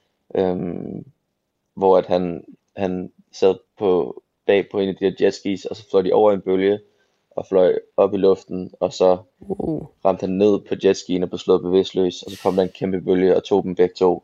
G: hvor at han sad bag på en af de her jetskis, og så fløj de over en bølge og fløj op i luften, og så ramte han ned på jetskien og blev slået bevidstløs, og så kom der en kæmpe bølge og tog dem begge to.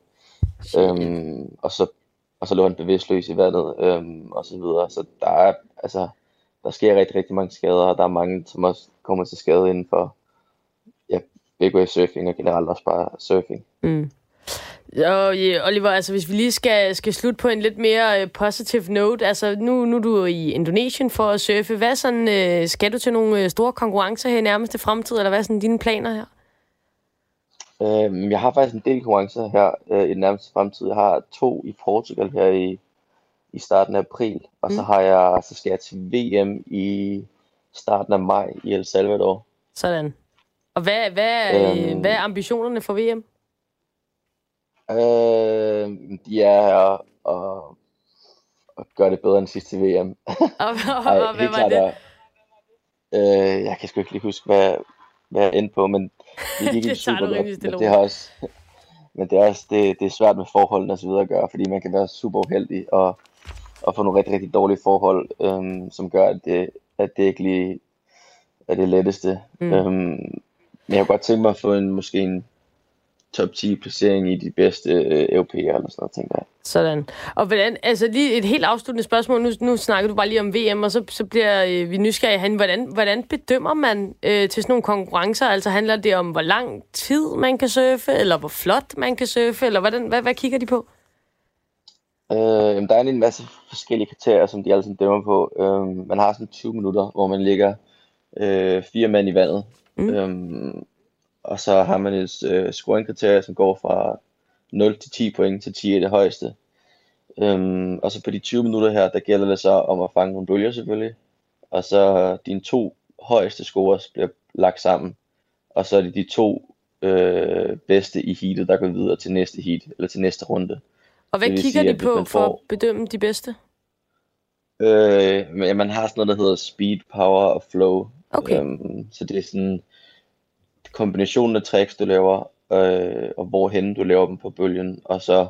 G: Og så lå han bevidstløs i vandet, og så videre. Så der sker rigtig, rigtig mange skader, og der er mange, som også kommer til skade inden for big wave surfing og generelt også bare surfing.
A: Og Oliver, altså hvis vi lige skal slutte på en lidt mere positive note, altså nu er du i Indonesien for at surfe. Hvad sådan, skal du til nogle store konkurrencer her i nærmeste fremtid, eller hvad er sådan dine planer her?
G: Jeg har faktisk en del konkurrencer her i den nærmeste fremtid. Jeg har 2 i Portugal her i starten af april, og så skal jeg til VM i starten af maj i El Salvador.
A: Sådan. Og hvad er ambitionerne for VM?
G: De er at gøre det bedre end sidste VM.
A: Og hvad var det?
G: Jeg kan sgu ikke lige huske, hvad jeg endte på, men det gik ikke super godt. Men det er svært med forholdene og så videre at gøre, fordi man kan være super uheldig og få nogle rigtig, rigtig dårlige forhold, som gør, at det ikke lige er det letteste. Men jeg har godt tænkt mig at få måske en top 10 placering i de bedste europæere eller sådan noget, tænker jeg.
A: Sådan. Og hvordan, altså lige et helt afsluttende spørgsmål. Nu snakker du bare lige om VM, og så bliver vi nysgerrige hen. Hvordan bedømmer man til sådan nogle konkurrencer? Altså handler det om, hvor lang tid man kan surfe, eller hvor flot man kan surfe, eller hvad kigger de på?
G: Der er en masse forskellige kriterier, som de alle sammen dømmer på. Man har sådan 20 minutter, hvor man ligger 4 mand i vandet. Og så har man et scoring-kriterie, som går fra 0 til 10 point, til 10 er det højeste. Og så på de 20 minutter her, der gælder det så om at fange nogle bølger selvfølgelig. Og så dine 2 højeste scores bliver lagt sammen. Og så er det de 2 bedste i heatet, der går videre til næste heat, eller til næste runde.
A: Og hvad kigger de på for at bedømme de bedste?
G: Man har sådan noget, der hedder speed, power og flow.
A: Okay.
G: Så det er sådan kombinationen af tricks, du laver, og hvorhen du laver dem på bølgen, og så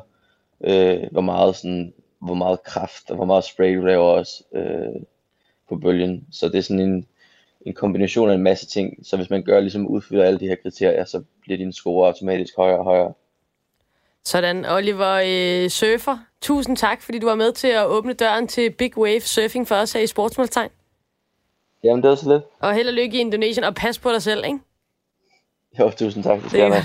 G: hvor meget kraft og hvor meget spray du laver også på bølgen. Så det er sådan en kombination af en masse ting. Så hvis man udfylder alle de her kriterier, så bliver dine score automatisk højere og højere. Sådan,
A: Oliver surfer. Tusind tak, fordi du var med til at åbne døren til Big Wave Surfing for os her i Sportsmålstegn.
G: Jamen, det var så lidt.
A: Og held og lykke i Indonesien, og pas på dig selv, ikke?
G: Jo, tusind tak. Det skal jeg.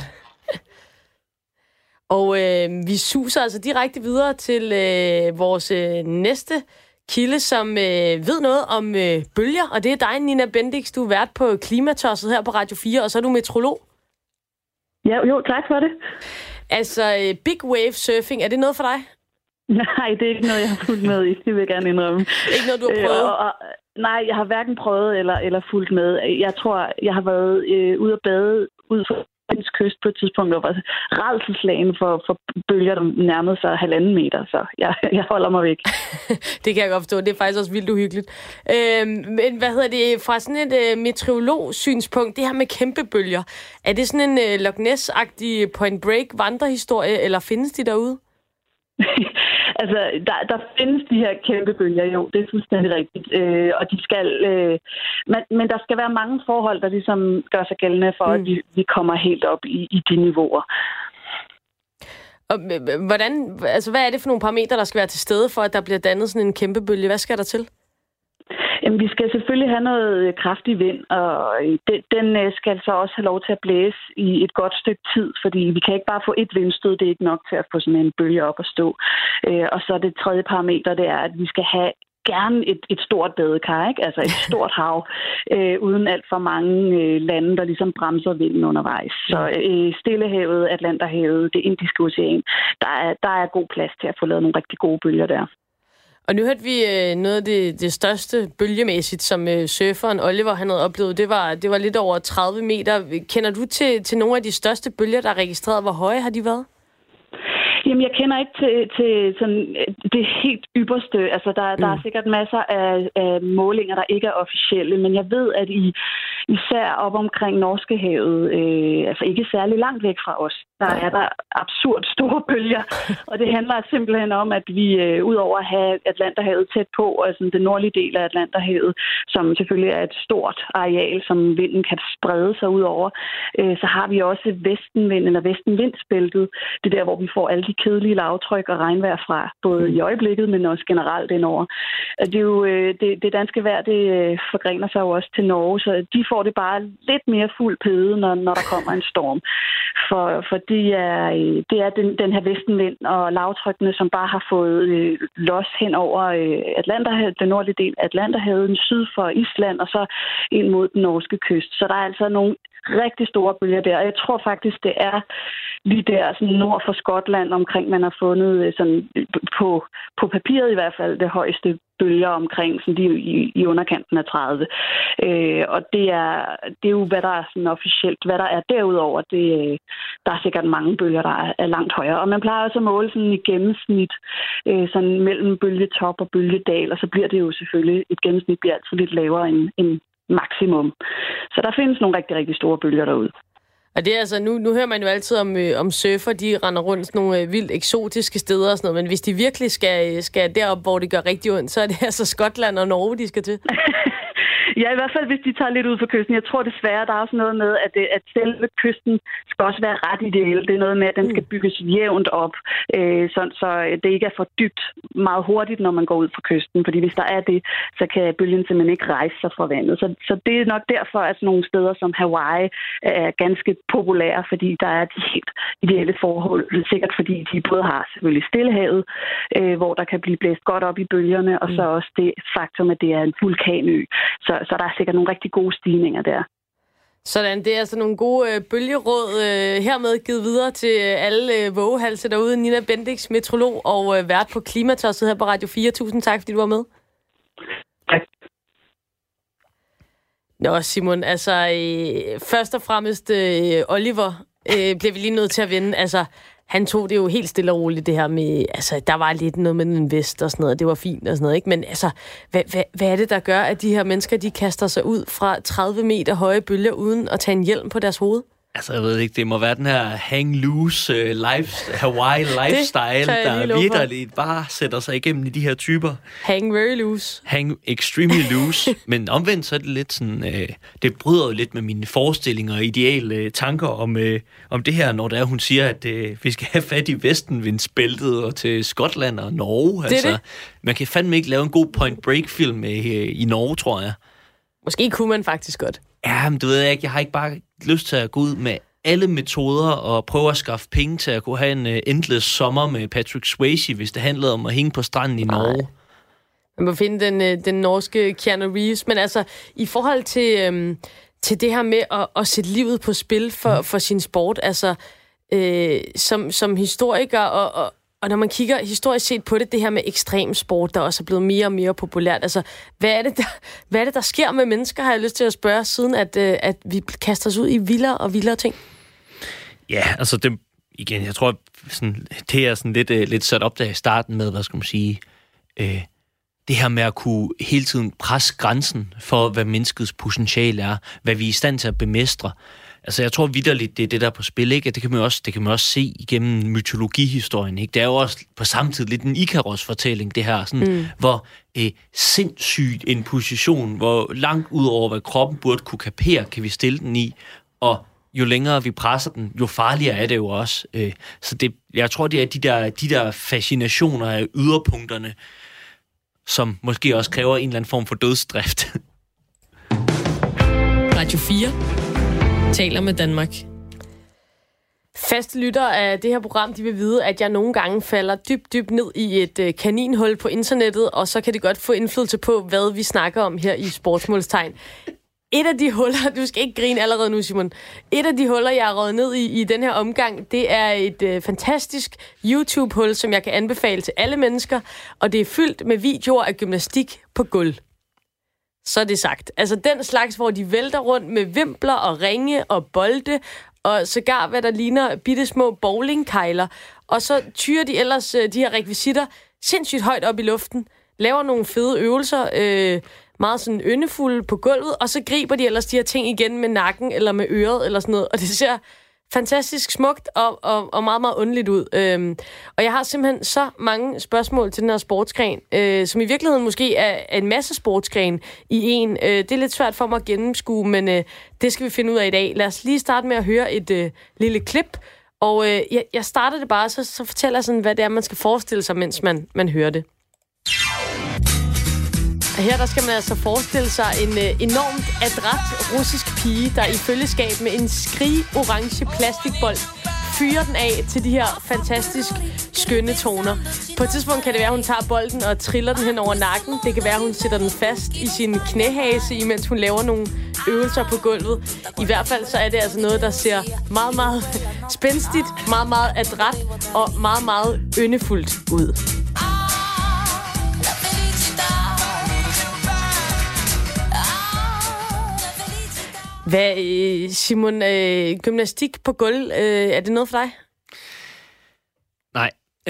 A: Og vi suser altså direkte videre til vores næste kilde, som ved noget om bølger. Og det er dig, Nina Bendix. Du er vært på Klimatosset her på Radio 4, og så er du meteorolog.
H: Ja, jo, tak for det.
A: Altså, Big Wave Surfing, er det noget for dig?
H: Nej, det er ikke noget, jeg har fulgt med i. Det vil jeg gerne indrømme.
A: Ikke noget, du har prøvet?
H: Nej, jeg har hverken prøvet eller fulgt med. Jeg tror, jeg har været ude at bade ud for Dansk kyst på et tidspunkt, og var rædselsslagen for bølger, der nærmede sig 1,5 meter, så jeg holder mig væk.
A: Det kan jeg godt forstå. Det er faktisk også vildt uhyggeligt. Men hvad hedder det, fra sådan et meteorolog-synspunkt, det her med kæmpe bølger, er det sådan en Loch Ness-agtig point break vandrehistorie, eller findes de derude?
H: Altså, der findes de her kæmpe bølger, jo, det er fuldstændig rigtigt. Og de skal, men der skal være mange forhold, der ligesom gør sig gældende for, at vi kommer helt op i de niveauer.
A: Og hvad er det for nogle parametre, der skal være til stede for, at der bliver dannet sådan en kæmpe bølge? Hvad skal der til?
H: Jamen, vi skal selvfølgelig have noget kraftig vind, og den skal så også have lov til at blæse i et godt stykke tid, fordi vi kan ikke bare få et vindstød, det er ikke nok til at få sådan en bølge op at stå. Og så det tredje parameter, det er, at vi skal have gerne et stort badekar, ikke? Altså et stort hav, uden alt for mange lande, der ligesom bremser vinden undervejs. Så Stillehavet, Atlanterhavet, det Indiske Ocean, der er god plads til at få lavet nogle rigtig gode bølger der.
A: Og nu hørte vi noget af det største bølgemæssigt, som surferen Oliver han havde oplevet. Det var lidt over 30 meter. Kender du til nogle af de største bølger, der er registreret? Hvor høje har de været?
H: Jamen, jeg kender ikke til sådan det helt ypperste. Altså, der er sikkert masser af målinger, der ikke er officielle, men jeg ved, at især op omkring Norskehavet, altså ikke særlig langt væk fra os, der er der absurd store bølger. Og det handler simpelthen om, at vi udover at have Atlanterhavet tæt på, altså den nordlige del af Atlanterhavet, som selvfølgelig er et stort areal, som vinden kan sprede sig ud over, så har vi også vestenvind eller vestenvindsbæltet. Det er der, hvor vi får alle de kedelige lavtryk og regnvejr fra, både i øjeblikket, men også generelt indover. Det er jo det danske vejr, det forgrener sig jo også til Norge, så de får det bare lidt mere fuld pæde, når der kommer en storm. For det er den her vestenvind og lavtrykkene, som bare har fået los hen over Atlanterhavet, den nordlige del af Atlanterhavet, syd for Island og så ind mod den norske kyst. Så der er altså nogle rigtig store bølger der, og jeg tror faktisk, det er lige der sådan nord for Skotland omkring, man har fundet sådan på papiret i hvert fald det højeste bølger omkring sådan i underkanten af 30. Og det er jo, hvad der er sådan officielt. Hvad der er derudover, der er sikkert mange bølger, der er langt højere. Og man plejer også at måle sådan i gennemsnit sådan mellem bølgetop og bølgedal, og så bliver det jo selvfølgelig, et gennemsnit bliver altid lidt lavere end maksimum. Så der findes nogle rigtig, rigtig store bølger derude.
A: Og det er altså, nu hører man jo altid om surfer, de render rundt sådan nogle vildt eksotiske steder og sådan noget, men hvis de virkelig skal derop, hvor det gør rigtig ondt, så er det altså Skotland og Norge, de skal til.
H: Ja, i hvert fald, hvis de tager lidt ud for kysten. Jeg tror desværre, der er også noget med, at selve kysten skal også være ret ideel. Det er noget med, at den skal bygges jævnt op, så det ikke er for dybt meget hurtigt, når man går ud fra kysten. Fordi hvis der er det, så kan bølgen simpelthen ikke rejse sig fra vandet. Så det er nok derfor, at nogle steder som Hawaii er ganske populære, fordi der er de helt ideelle forhold. Sikkert fordi de både har selvfølgelig Stillehavet, hvor der kan blive blæst godt op i bølgerne, og så også det faktum, at det er en vulkanø. Så der er sikkert nogle rigtig gode stigninger der.
A: Sådan, det er altså nogle gode bølgeråd hermed givet videre til alle vågehalse derude. Nina Bendix, meteorolog og vært på Klimatosset her på Radio 4. Tusind tak, fordi du var med.
H: Tak.
A: Nå, Simon, altså først og fremmest Oliver bliver vi lige nødt til at vende. Altså, han tog det jo helt stille og roligt, det her med, altså, der var lidt noget med en vest og sådan noget, det var fint og sådan noget, ikke? Men altså, hvad er det, der gør, at de her mennesker, de kaster sig ud fra 30 meter høje bølger, uden at tage en hjelm på deres hoved?
B: Altså, jeg ved ikke, det må være den her hang loose Hawaii lifestyle, der vitterligt bare sætter sig igennem i de her typer.
A: Hang very loose.
B: Hang extremely loose. Men omvendt så er det lidt sådan, det bryder jo lidt med mine forestillinger og ideale tanker om det her, når det er, hun siger, at vi skal have fat i vestenvindsbæltet og til Skotland og Norge. Altså, man kan fandme ikke lave en god Point Break-film i Norge, tror jeg.
A: Måske kunne man faktisk godt.
B: Ja, men du ved ikke, jeg har ikke bare lyst til at gå ud med alle metoder og prøve at skaffe penge til at kunne have en endless sommer med Patrick Swayze, hvis det handlede om at hænge på stranden i Norge.
A: Man må finde den norske Keanu Reeves. Men altså, i forhold til det her med at sætte livet på spil for sin sport, altså som historiker og når man kigger historisk set på det her med ekstremsport, der også er blevet mere og mere populært, altså, hvad er det, der sker med mennesker, har jeg lyst til at spørge, siden at vi kaster os ud i vildere og vildere ting?
B: Ja, altså det, igen, jeg tror, sådan, det er sådan lidt sat op der i starten med, hvad skal man sige, det her med at kunne hele tiden presse grænsen for, hvad menneskets potentiale er, hvad vi er i stand til at bemestre. Altså, jeg tror vitterligt, det er det, der er på spil, ikke? Det kan man også se igennem mytologihistorien, ikke? Det er jo også på samme tid lidt en Ikaros-fortælling, det her, sådan, hvor sindssygt en position, hvor langt ud over, hvad kroppen burde kunne kapere, kan vi stille den i, og jo længere vi presser den, jo farligere er det jo også. Så jeg tror, det er de der fascinationer af yderpunkterne, som måske også kræver en eller anden form for dødsdrift.
E: Radio 4 taler med Danmark.
A: Faste lyttere af det her program, de vil vide, at jeg nogle gange falder dybt ned i et kaninhul på internettet, og så kan det godt få indflydelse på, hvad vi snakker om her i Sportsmålstegn. Et af de huller, du skal ikke grine allerede nu, Simon. Et af de huller, jeg har røget ned i den her omgang, det er et fantastisk YouTube-hul, som jeg kan anbefale til alle mennesker, og det er fyldt med videoer af gymnastik på gulv. Så er det sagt. Altså den slags, hvor de vælter rundt med vimpler og ringe og bolde, og sågar hvad der ligner bittesmå bowlingkejler. Og så tyrer de ellers de her rekvisitter sindssygt højt op i luften, laver nogle fede øvelser, meget sådan yndefulde på gulvet, og så griber de ellers de her ting igen med nakken eller med øret eller sådan noget. Og det ser fantastisk smukt og meget, meget underligt ud. Og jeg har simpelthen så mange spørgsmål til den her sportsgren, som i virkeligheden måske er en masse sportsgren i en. Det er lidt svært for mig at gennemskue, men det skal vi finde ud af i dag. Lad os lige starte med at høre et lille klip. Og jeg starter det bare, så fortæller jeg sådan, hvad det er, man skal forestille sig, mens man hører det. Og her der skal man altså forestille sig en enormt adræt russisk pige, der i følgeskab med en skrigorange plastikbold fyrer den af til de her fantastisk skønne toner. På et tidspunkt kan det være, at hun tager bolden og triller den hen over nakken. Det kan være, at hun sætter den fast i sin knæhase, imens hun laver nogle øvelser på gulvet. I hvert fald så er det altså noget, der ser meget, meget spændstigt, meget, meget adræt og meget, meget yndefuldt ud. Hvad, Simon, gymnastik på gulv, er det noget for dig?
B: Nej,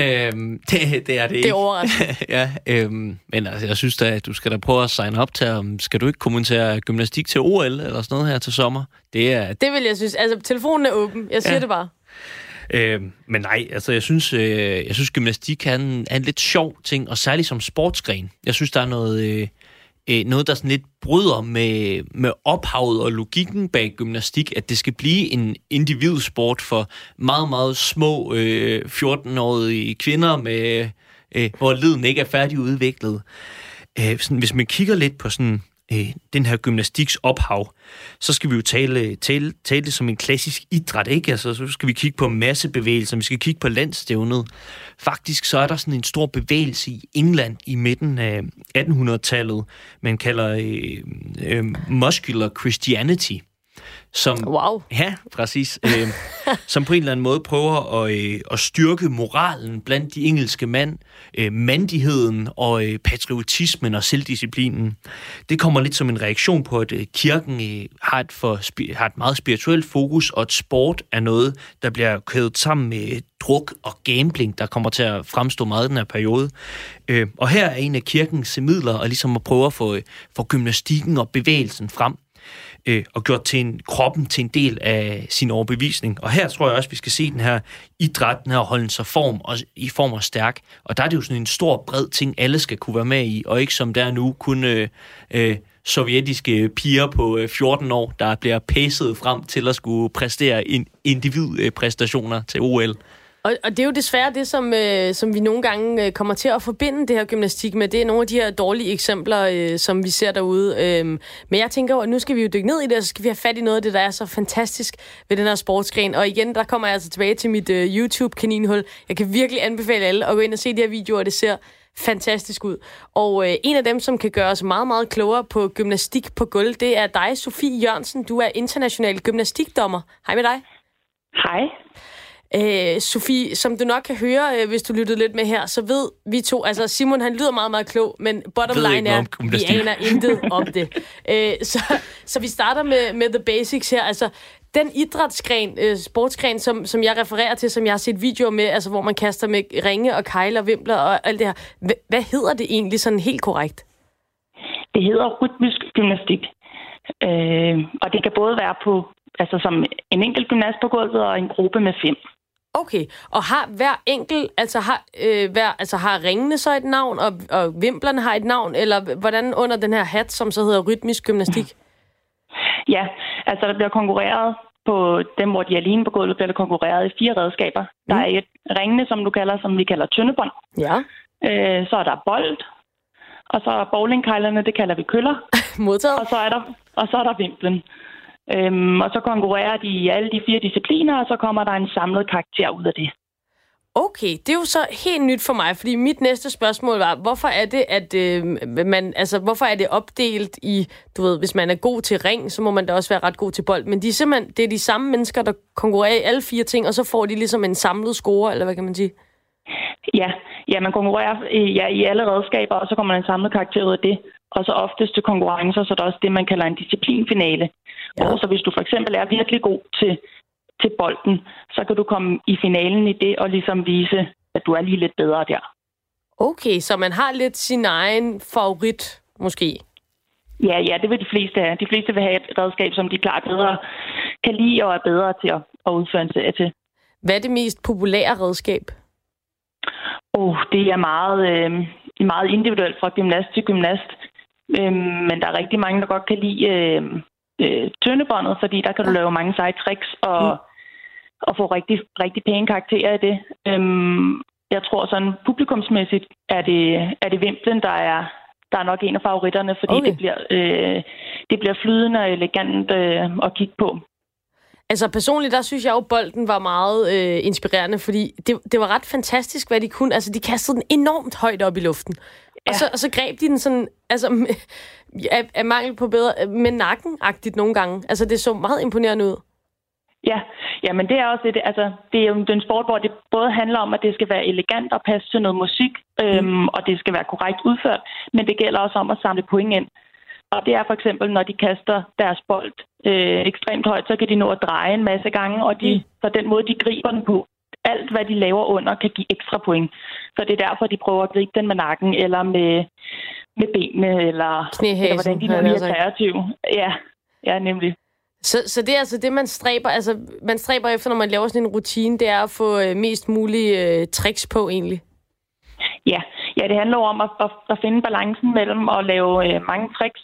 B: det er det ikke.
A: Det er overraskende.
B: Ja, men altså, jeg synes da, at du skal da prøve at signe op til, skal du ikke kommentere gymnastik til OL eller sådan noget her til sommer? Det vil
A: jeg synes. Altså, telefonen er åben. Jeg siger det bare.
B: Men nej, altså jeg synes gymnastik er en lidt sjov ting, og særligt som sportsgren. Jeg synes, der er noget, der sådan lidt bryder med ophavet og logikken bag gymnastik, at det skal blive en individsport for meget, meget små 14-årige kvinder, hvor leden ikke er færdigudviklet. Hvis man kigger lidt på sådan den her gymnastiks ophav, så skal vi jo tale det som en klassisk idræt, ikke? Altså, så skal vi kigge på massebevægelser, vi skal kigge på landsstævnet. Faktisk så er der sådan en stor bevægelse i England i midten af 1800-tallet, man kalder muscular Christianity.
A: Wow.
B: Ja, præcis. Som på en eller anden måde prøver at styrke moralen blandt de engelske mænd, mandigheden og patriotismen og selvdisciplinen. Det kommer lidt som en reaktion på, at kirken har et meget spirituelt fokus, og at sport er noget, der bliver kædet sammen med druk og gambling, der kommer til at fremstå meget i den her periode. Og her er en af kirkens midler at ligesom at prøve at få gymnastikken og bevægelsen frem, og gjort kroppen til en del af sin overbevisning. Og her tror jeg også, vi skal se den her idræt, den her holden sig i form og stærk. Og der er det jo sådan en stor, bred ting, alle skal kunne være med i, og ikke som der nu kun sovjetiske piger på 14 år, der bliver pacet frem til at skulle præstere individpræstationer til OL.
A: Og det er jo desværre det, som vi nogle gange kommer til at forbinde det her gymnastik med. Det er nogle af de her dårlige eksempler, som vi ser derude. Men jeg tænker jo, at nu skal vi jo dykke ned i det, og så skal vi have fat i noget af det, der er så fantastisk ved den her sportsgren. Og igen, der kommer jeg altså tilbage til mit YouTube-kaninhul. Jeg kan virkelig anbefale alle at gå ind og se de her videoer, det ser fantastisk ud. Og en af dem, som kan gøre os meget, meget klogere på gymnastik på gulv, det er dig, Sofie Jørgensen. Du er international gymnastikdommer. Hej med dig.
H: Hej.
A: Sofie, som du nok kan høre, hvis du lyttede lidt med her, så ved vi to, altså Simon han lyder meget, meget klog, men bottom line er, vi aner intet om det. Så vi starter med the basics her, altså den idrætsgren, sportsgren, som jeg refererer til, som jeg har set videoer med, altså hvor man kaster med ringe og kejler og vimpler og alt det her. Hvad hedder det egentlig sådan helt korrekt?
H: Det hedder rytmisk gymnastik, og det kan både være på som en enkelt gymnast på gulvet og en gruppe med 5.
A: Okay, og har hver enkelt, har ringene så et navn, og vimplerne har et navn, eller hvordan under den her hat, som så hedder rytmisk gymnastik?
H: Ja, altså der bliver konkurreret på dem, hvor de er alene på gulvet, bliver der konkurreret i 4 redskaber. Der er et ringene, som vi kalder tyndebånd.
A: Ja.
H: Så er der bold, og så er bowlingkejlerne, det kalder vi køller.
A: Modtaget.
H: Og så er der vimplen. Og så konkurrerer de i alle de 4 discipliner, og så kommer der en samlet karakter ud af det.
A: Okay, det er jo så helt nyt for mig, fordi mit næste spørgsmål var, hvorfor er det, at hvorfor er det opdelt i, du ved, hvis man er god til ring, så må man da også være ret god til bold, men det er de samme mennesker, der konkurrerer i alle 4 ting, og så får de ligesom en samlet score, eller hvad kan man sige?
H: Ja, man konkurrerer i alle redskaber, og så kommer man en samlet karakter ud af det. Og så oftest til konkurrencer, så er der også det, man kalder en disciplinfinale. Ja. Og så hvis du for eksempel er virkelig god til bolden, så kan du komme i finalen i det og ligesom vise, at du er lige lidt bedre der.
A: Okay, så man har lidt sin egen favorit, måske?
H: Ja, det vil de fleste have. De fleste vil have et redskab, som de klart bedre kan lide og er bedre til at udføre en serie til.
A: Hvad er det mest populære redskab?
H: Det er meget individuelt fra gymnast til gymnast. Men der er rigtig mange, der godt kan lide tyndebåndet, fordi der kan du lave mange seje tricks og få rigtig, rigtig pæne karakterer i det. Jeg tror sådan publikumsmæssigt er det vimplen, der er nok en af favoritterne, fordi det bliver flydende og elegant at kigge på.
A: Altså personligt, der synes jeg jo, bolden var meget inspirerende, fordi det var ret fantastisk, hvad de kunne. Altså, de kastede den enormt højt op i luften. Ja. Og så greb de den sådan, altså, af mangel på bedre, med nakken-agtigt nogle gange. Altså, det så meget imponerende ud.
H: Ja, men det er også det er jo en sport, hvor det både handler om, at det skal være elegant og passe til noget musik, og det skal være korrekt udført, men det gælder også om at samle point ind. Og det er for eksempel, når de kaster deres bold ekstremt højt, så kan de nå at dreje en masse gange, og så den måde, de griber den på, alt hvad de laver under, kan give ekstra point. Så det er derfor, de prøver at gribe den med nakken, eller med benene, eller hvordan de nu er kreative. Ja, nemlig.
A: Så det er altså det, man stræber. Altså, man stræber efter, når man laver sådan en rutine, det er at få mest mulige tricks på, egentlig.
H: Ja, det handler om at finde balancen mellem at lave mange tricks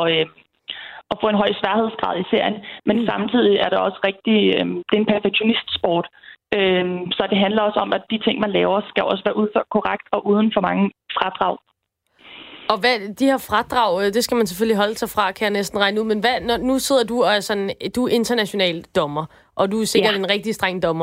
H: og få en høj sværhedsgrad i serien. Men samtidig er det også det er en perfektionistsport. Så det handler også om, at de ting, man laver, skal også være udført korrekt og uden for mange fradrag.
A: Og de her fradrag, det skal man selvfølgelig holde sig fra, kan jeg næsten regne ud. Men nu sidder du og du er international dommer, og du er sikkert en rigtig streng dommer.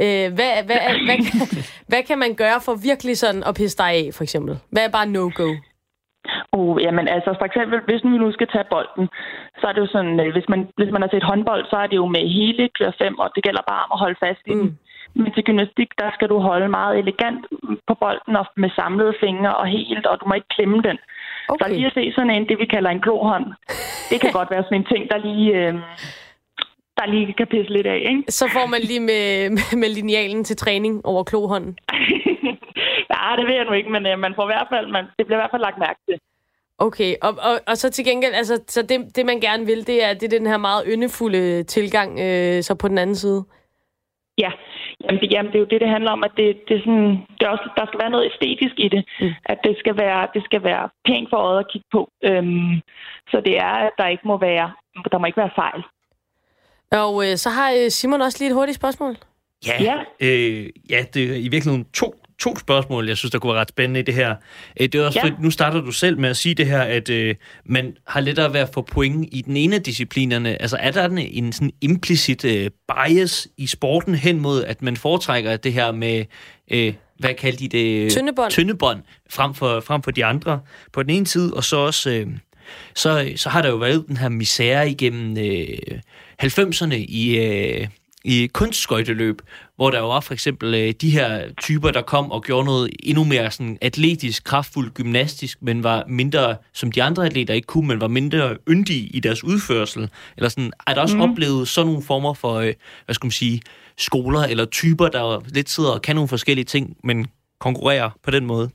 A: Hvad kan man gøre for virkelig sådan at pisse dig af, for eksempel? Hvad er bare no-go?
H: Jamen altså, for eksempel, hvis vi nu skal tage bolden, så er det jo sådan, hvis man har set håndbold, så er det jo med hele klør 5, og det gælder bare om at holde fast i den. Men til gymnastik, der skal du holde meget elegant på bolden og med samlede fingre og helt, og du må ikke klemme den. Okay. Så lige at se sådan det vi kalder en klohånd, det kan godt være sådan en ting, der lige kan pisse lidt af, ikke?
A: Så får man lige med linealen til træning over klohånden?
H: Ja, det ved jeg nu ikke, men man får i hvert fald, det bliver i hvert fald lagt mærke til.
A: Okay, og så til gengæld, altså, så det man gerne vil, det er den her meget yndefulde tilgang, så på den anden side?
H: Ja, jamen det er jo det handler om, at det er sådan, det er også, der skal være noget æstetisk i det, at det skal være pænt for øjet at kigge på, så det er, at der må ikke være fejl. Og
A: så har Simon også lige et hurtigt spørgsmål.
B: Ja, det er i virkeligheden to spørgsmål, jeg synes, der kunne være ret spændende i det her. Det er også, fordi nu starter du selv med at sige det her, at man har lettere ved at få point i den ene af disciplinerne. Altså er der en sådan implicit bias i sporten hen mod, at man foretrækker det her med, hvad kaldte de det? Tyndebånd frem for de andre på den ene side, og så også... Så har der jo været den her misære igennem 90'erne i kunstskøjteløb, hvor der jo var for eksempel de her typer, der kom og gjorde noget endnu mere sådan atletisk, kraftfuldt, gymnastisk, men var mindre, som de andre atleter ikke kunne, men var mindre yndige i deres udførsel. Eller sådan, er der også oplevet sådan nogle former for, hvad skal man sige, skoler eller typer, der lidt sidder og kan nogle forskellige ting, men konkurrerer på den måde?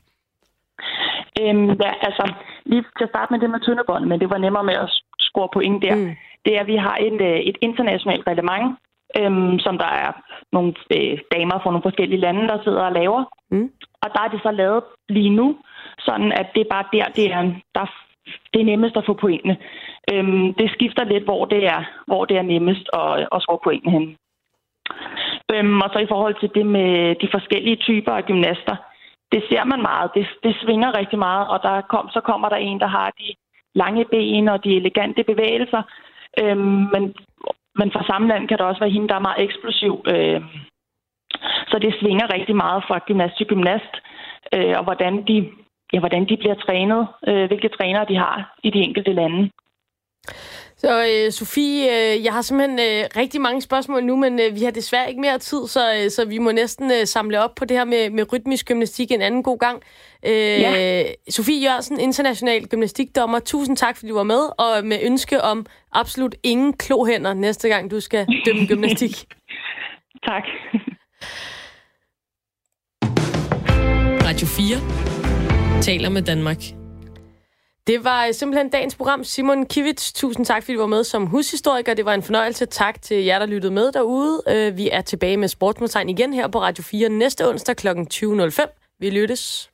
H: Lige til at starte med det med tyndebånd, men det var nemmere med at score point der. Det er, at vi har et internationalt reglement, som der er nogle damer fra nogle forskellige lande, der sidder og laver. Og der er det så lavet lige nu, sådan at det er bare det er nemmest at få pointene. Det skifter lidt, hvor det er nemmest at score pointene hen. Og så i forhold til det med de forskellige typer af gymnaster, det ser man meget. Det svinger rigtig meget, og så kommer der en, der har de lange ben og de elegante bevægelser. Men fra samme land kan der også være hende, der er meget eksplosiv Så det svinger rigtig meget fra gymnast til gymnast, og hvordan de bliver trænet, hvilke trænere de har i de enkelte lande.
A: Så Sofie, jeg har simpelthen rigtig mange spørgsmål nu, men vi har desværre ikke mere tid, så vi må næsten samle op på det her med rytmisk gymnastik en anden god gang. Sofie Jørgensen, international gymnastikdommer, tusind tak, fordi du var med, og med ønske om absolut ingen klohænder næste gang, du skal dømme gymnastik.
H: Tak.
E: Radio 4 taler med Danmark.
A: Det var simpelthen dagens program. Simon Kivitz, tusind tak, fordi du var med som hushistoriker. Det var en fornøjelse. Tak til jer, der lyttede med derude. Vi er tilbage med Sportsmålstegn igen her på Radio 4 næste onsdag kl. 20.05. Vi lyttes.